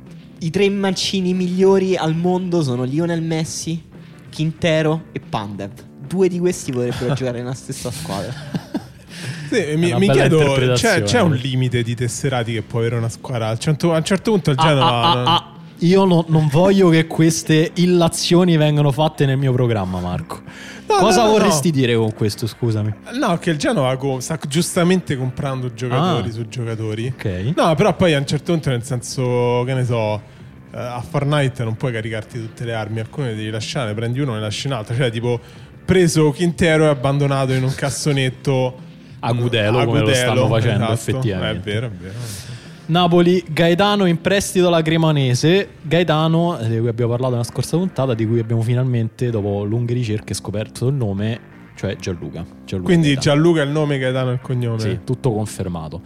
i tre mancini migliori al mondo, sono Lionel Messi, Quintero e Pandev. Due di questi potrebbero giocare nella stessa squadra. Sì, mi, una mi bella chiedo, interpretazione. c'è, c'è un limite di tesserati che può avere una squadra? A un certo, a un certo punto il Ah, Genoa... ah, ah, non- ah. Io no- non voglio che queste illazioni vengano fatte nel mio programma, Marco. No, Cosa no, no, vorresti no. dire con questo, scusami? No, che il Genoa co- sta giustamente comprando giocatori Ah. su giocatori. Ok. No, però poi a un certo punto, nel senso, che ne so, eh, a Fortnite non puoi caricarti tutte le armi, alcune devi lasciare, ne prendi uno e ne lasci un altro. Cioè, tipo, preso Quintero e abbandonato in un cassonetto A Gudelo, a come lo Gudelo, stanno facendo, esatto. effettivamente. È vero, è vero. Napoli, Gaetano in prestito alla Cremonese. Gaetano, di cui abbiamo parlato nella scorsa puntata, di cui abbiamo finalmente, dopo lunghe ricerche, scoperto il nome, cioè Gianluca. Gianluca Quindi Gaetano. Gianluca è il nome, Gaetano è il cognome. Sì, tutto confermato.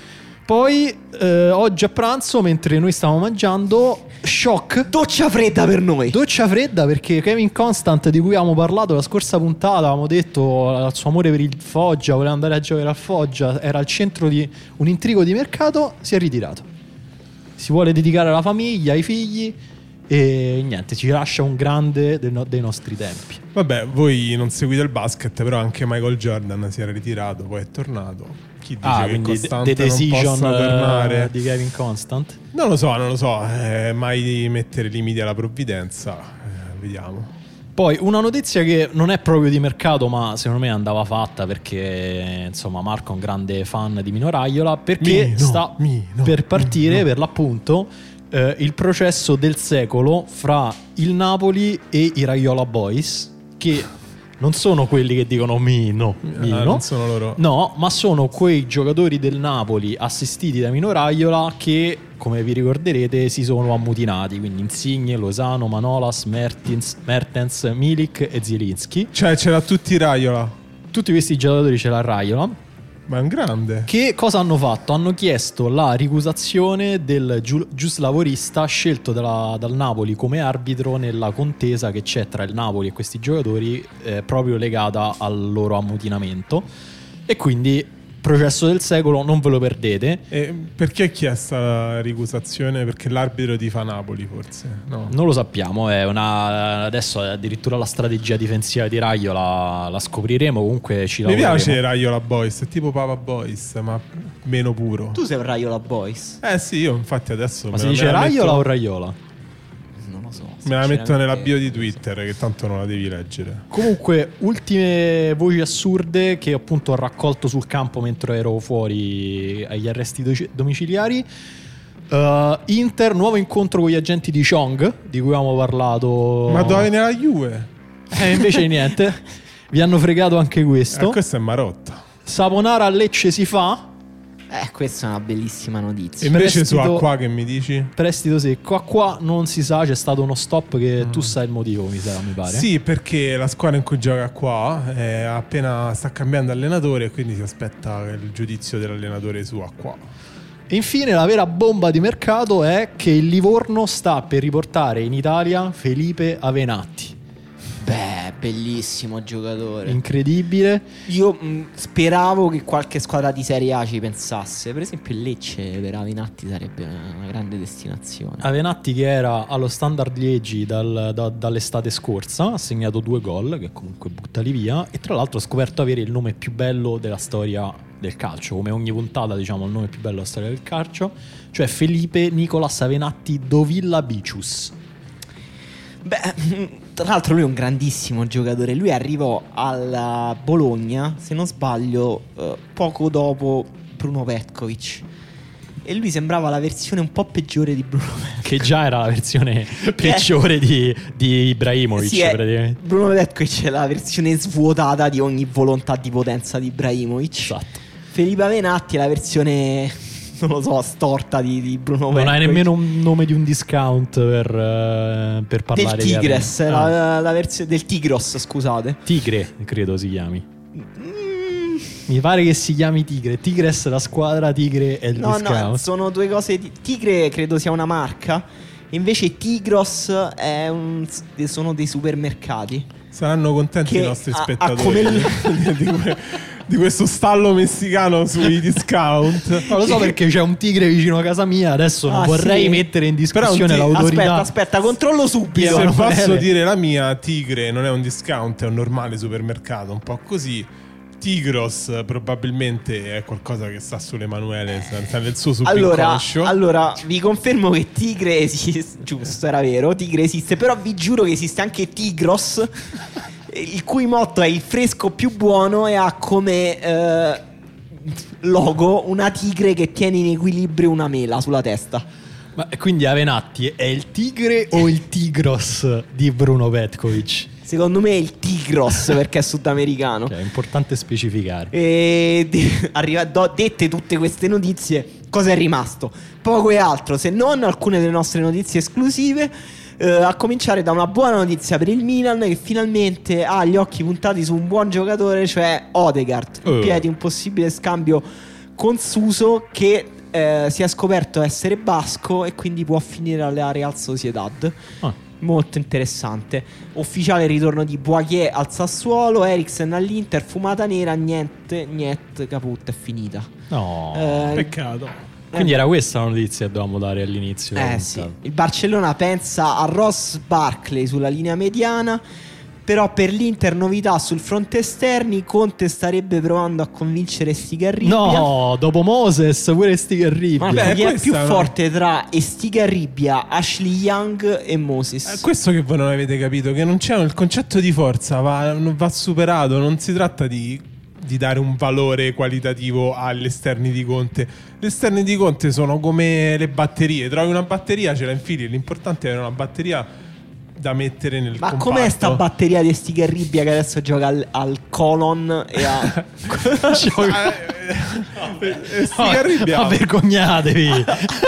Poi, eh, oggi a pranzo, mentre noi stavamo mangiando, shock, Doccia fredda per noi. doccia fredda, perché Kevin Constant, di cui avevamo parlato la scorsa puntata, avevamo detto il suo amore per il Foggia, voleva andare a giocare al Foggia, era al centro di un intrigo di mercato, si è ritirato. Si vuole dedicare alla famiglia, ai figli e niente, ci lascia un grande dei, no- dei nostri tempi. Vabbè, voi non seguite il basket, però anche Michael Jordan si era ritirato, poi è tornato. Chi dice Ah, che quindi Costante The non Decision possa tornare? eh, di Kevin Constant. Non lo so, non lo so, eh, mai di mettere limiti alla provvidenza, eh, vediamo. Poi una notizia che non è proprio di mercato, ma secondo me andava fatta perché insomma Marco è un grande fan di Mino Raiola, perché Mino, sta Mino, per partire Mino. per l'appunto eh, il processo del secolo fra il Napoli e i Raiola Boys, che non sono quelli che dicono Mino, Mino. Ah, non sono loro. No, ma sono quei giocatori del Napoli assistiti da Mino Raiola che, come vi ricorderete, si sono ammutinati. Quindi Insigne, Lozano, Manolas, Mertens, Mertens, Milik e Zielinski. Cioè, ce l'ha tutti Raiola. Tutti questi giocatori ce l'ha Raiola. Ma è un grande. Che cosa hanno fatto? Hanno chiesto la ricusazione del giu- giuslavorista scelto dalla- dal Napoli come arbitro nella contesa che c'è tra il Napoli e questi giocatori, eh, proprio legata al loro ammutinamento. E quindi processo del secolo, non ve lo perdete. E perché è chiesta la ricusazione? Perché l'arbitro ti fa Napoli, forse? No. Non lo sappiamo, è una... adesso addirittura la strategia difensiva di Raiola la scopriremo, comunque ci Mi lavoreremo. piace Raiola Boys, è tipo Papa Boys, ma meno puro. Tu sei un Raiola Boys? Eh sì, io infatti adesso Ma me si la- dice me la Raiola metto- o Raiola? Non lo so. Me la metto nella sinceramente. bio di Twitter, che tanto non la devi leggere. Comunque, ultime voci assurde che appunto ho raccolto sul campo mentre ero fuori agli arresti do- domiciliari. Uh, Inter, nuovo incontro con gli agenti di Chong, di cui avevamo parlato. Ma dove nella Juve? Eh, invece niente. Vi hanno fregato anche questo. Eh, questo è Marotta. Saponara a Lecce si fa. Eh, questa è una bellissima notizia. E invece su prestito- Acqua che mi dici? Prestito secco. A qua non si sa, c'è stato uno stop che tu sai il motivo, mi, sa, mi pare. Sì, perché la squadra in cui gioca qua è appena sta cambiando allenatore e quindi si aspetta il giudizio dell'allenatore su Acqua. E infine la vera bomba di mercato è che il Livorno sta per riportare in Italia Felipe Avenatti. Beh, bellissimo giocatore. Incredibile. Io mh, speravo che qualche squadra di Serie A ci pensasse. Per esempio il Lecce per Avenatti sarebbe una, una grande destinazione. Avenatti che era allo Standard Liegi dal- da- dall'estate scorsa, ha segnato due gol che comunque buttali via, e tra l'altro ha scoperto avere il nome più bello della storia del calcio, come ogni puntata diciamo il nome più bello della storia del calcio, cioè Felipe Nicolas Avenatti Dovilla Bicius. Beh, tra l'altro lui è un grandissimo giocatore. Lui arrivò alla Bologna, se non sbaglio, eh, poco dopo Bruno Petkovic. E lui sembrava la versione un po' peggiore di Bruno Petkovic. Che già era la versione peggiore di, di Ibrahimovic, Sì, è- praticamente. Bruno Petkovic è la versione svuotata di ogni volontà di potenza di Ibrahimovic. Esatto. Felipe Avenatti è la versione, non lo so, storta di, di Bruno Non Petkovic. hai nemmeno un nome di un discount per, eh, per del parlare di Tigres, Avenatti. Ah, la, la versione del Tigros, scusate. Tigre, credo si chiami. Mi pare che si chiami Tigre. Tigres la squadra, Tigre è il No, discount. no, sono due cose. Di... Tigre credo sia una marca. Invece Tigros è un... sono dei supermercati. Saranno contenti Che i nostri ha- ha spettatori come il- di, que- di questo stallo messicano sui discount. Non lo so perché c'è un tigre vicino a casa mia. Adesso non Ah, vorrei sì? mettere in Però un discussione ti- l'autorità. Aspetta, aspetta, controllo subito. Se Io- posso Emanuele. dire la mia, Tigre non è un discount, è un normale supermercato, un po' così. Tigros probabilmente è qualcosa che sta sull'Emanuele, sta nel suo Allora, subconscio. allora, vi confermo che Tigre esiste. Giusto, era vero. Tigre esiste. Però vi giuro che esiste anche Tigros, il cui motto è il fresco più buono e ha come eh, logo una tigre che tiene in equilibrio una mela sulla testa. Ma quindi Avenatti è il tigre o il Tigros di Bruno Petkovic? Secondo me è il Tigros perché è sudamericano. Cioè, è importante specificare. E de- arriva- do- dette tutte queste notizie, cosa è rimasto? Poco e altro, se non alcune delle nostre notizie esclusive. eh, a cominciare da una buona notizia per il Milan, che finalmente ha gli occhi puntati su un buon giocatore, cioè Odegaard. In Oh. piedi un possibile scambio con Suso, che eh, si è scoperto essere basco e quindi può finire alla Real Sociedad. Ah. Molto interessante. Ufficiale ritorno di Boakye al Sassuolo, Eriksen all'Inter, fumata nera, niente, niente, caput, è finita. No. Eh, Peccato. Quindi era questa la notizia che dovevamo dare all'inizio. della eh sì, puntata. il Barcellona pensa a Ross Barkley sulla linea mediana. Però per l'Inter novità sul fronte esterni, Conte starebbe provando a convincere Estigarribia. No, dopo Moses pure Estigarribia. Ma Beh, chi è questa più no. forte tra Estigarribia, Ashley Young e Moses? Eh, questo che voi non avete capito, che non c'è il concetto di forza, va, va superato. Non si tratta di, di dare un valore qualitativo agli esterni di Conte. Gli esterni di Conte sono come le batterie. Trovi una batteria, ce la infili. L'importante è avere una batteria da mettere nel Ma comparto. com'è sta batteria di Estigarribia che adesso gioca al, al Colon e a... Eh, Estigarribia. Ma vergognatevi.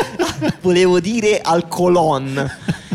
Volevo dire al Colon.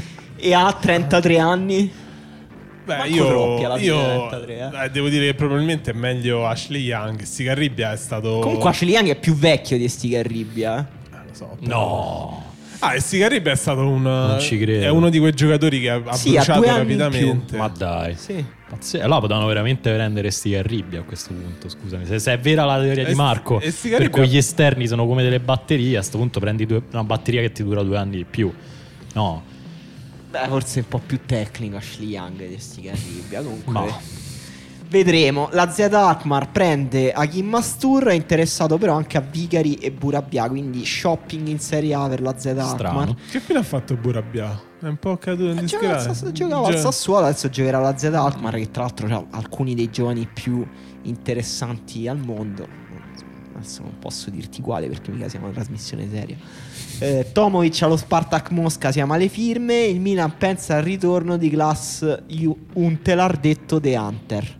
E ha trentatré anni. Beh, Manco io, troppi alla fine, io trentatré, eh. eh, devo dire che probabilmente è meglio Ashley Young. Estigarribia è stato. Comunque Ashley Young è più vecchio di Estigarribia. Eh, lo so, però- No. Ah, Estigarribia è stato un. Non ci credo. È uno di quei giocatori che ha, ha Sì, ha bruciato due anni in rapidamente. Ma dai. Sì. Pazzesco. Allora potevano veramente prendere Estigarribia a questo punto, scusami. Se, se è vera la teoria di Est- Marco, Estigarribia- per cui gli esterni sono come delle batterie, a questo punto prendi due- una batteria che ti dura due anni di più. No. Beh, forse è un po' più tecnico Ashley Young di Estigarribia. Comunque Ma vedremo. La Z Alkmaar prende Hakim Mastur, è interessato però anche a Vigari e Burabia, quindi shopping in Serie A per la Z Alkmaar. strano. Che fine ha fatto Burabia? È un po' caduto in Eh, Giocava, al disgrazia. Sass- giocava al Già- Sassuolo, adesso giocherà alla Z Alkmaar, che tra l'altro ha alcuni dei giovani più interessanti al mondo. Adesso non posso dirti quale perché mica siamo una trasmissione seria. eh, Tomovic allo Spartak Mosca, siamo alle firme. Il Milan pensa al ritorno di Glass Untelar, detto The Hunter.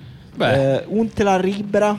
Beh, eh, Untelar Ibra.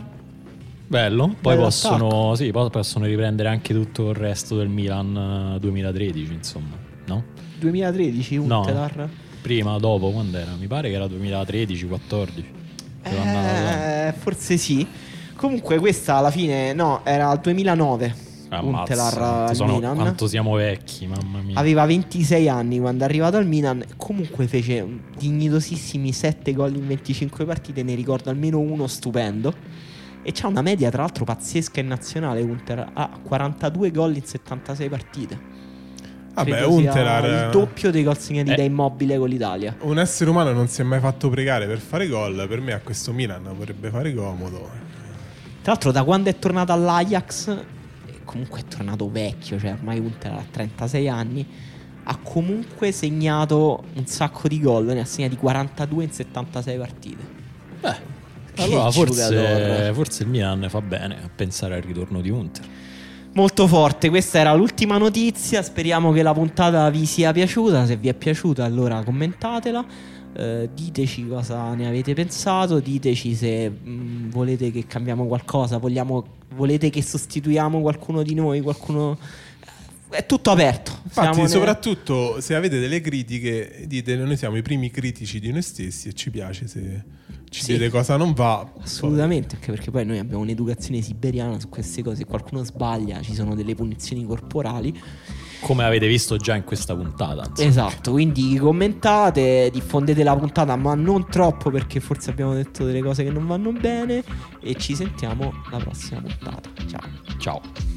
bello. Poi bello possono, sì, poi possono riprendere anche tutto il resto del Milan eh, duemilatredici, insomma, no? duemilatredici No. Untelar. Prima, dopo, quando era? Mi pare che era duemilatredici quattordici. Devo andare là. Eh, forse sì. Comunque questa alla fine no, era il duemilanove. Untelar Ammazza, al sono- Milan. quanto siamo vecchi, mamma mia. Aveva ventisei anni quando è arrivato al Milan. Comunque fece dignitosissimi sette gol in venticinque partite. Ne ricordo almeno uno stupendo. E c'ha una media tra l'altro pazzesca in nazionale. Unter ha quarantadue gol in settantasei partite. Vabbè, Credo sia Untelar, il doppio dei gol segnati Eh. da Immobile con l'Italia. un essere umano non si è mai fatto pregare per fare gol. Per me a questo Milan vorrebbe fare comodo. Tra l'altro da quando è tornato all'Ajax, eh, comunque è tornato vecchio, cioè ormai Untelar ha trentasei anni, ha comunque segnato un sacco di gol, ne ha segnati quarantadue in settantasei partite. Beh, Che allora forse, giocatore. forse il Milan fa bene a pensare al ritorno di Unter. Molto forte, questa era l'ultima notizia, speriamo che la puntata vi sia piaciuta, se vi è piaciuta allora commentatela, eh, diteci cosa ne avete pensato, diteci se mh, volete che cambiamo qualcosa, vogliamo, volete che sostituiamo qualcuno di noi, qualcuno... È tutto aperto. Infatti, Siamo ne- soprattutto se avete delle critiche, dite noi siamo i primi critici di noi stessi e ci piace se ci Sì. dite cosa non va. Assolutamente, anche perché poi noi abbiamo un'educazione siberiana su queste cose. Se qualcuno sbaglia ci sono delle punizioni corporali. Come avete visto già in questa puntata, insomma. Esatto, quindi commentate, diffondete la puntata, ma non troppo perché forse abbiamo detto delle cose che non vanno bene. E ci sentiamo la prossima puntata. Ciao. Ciao.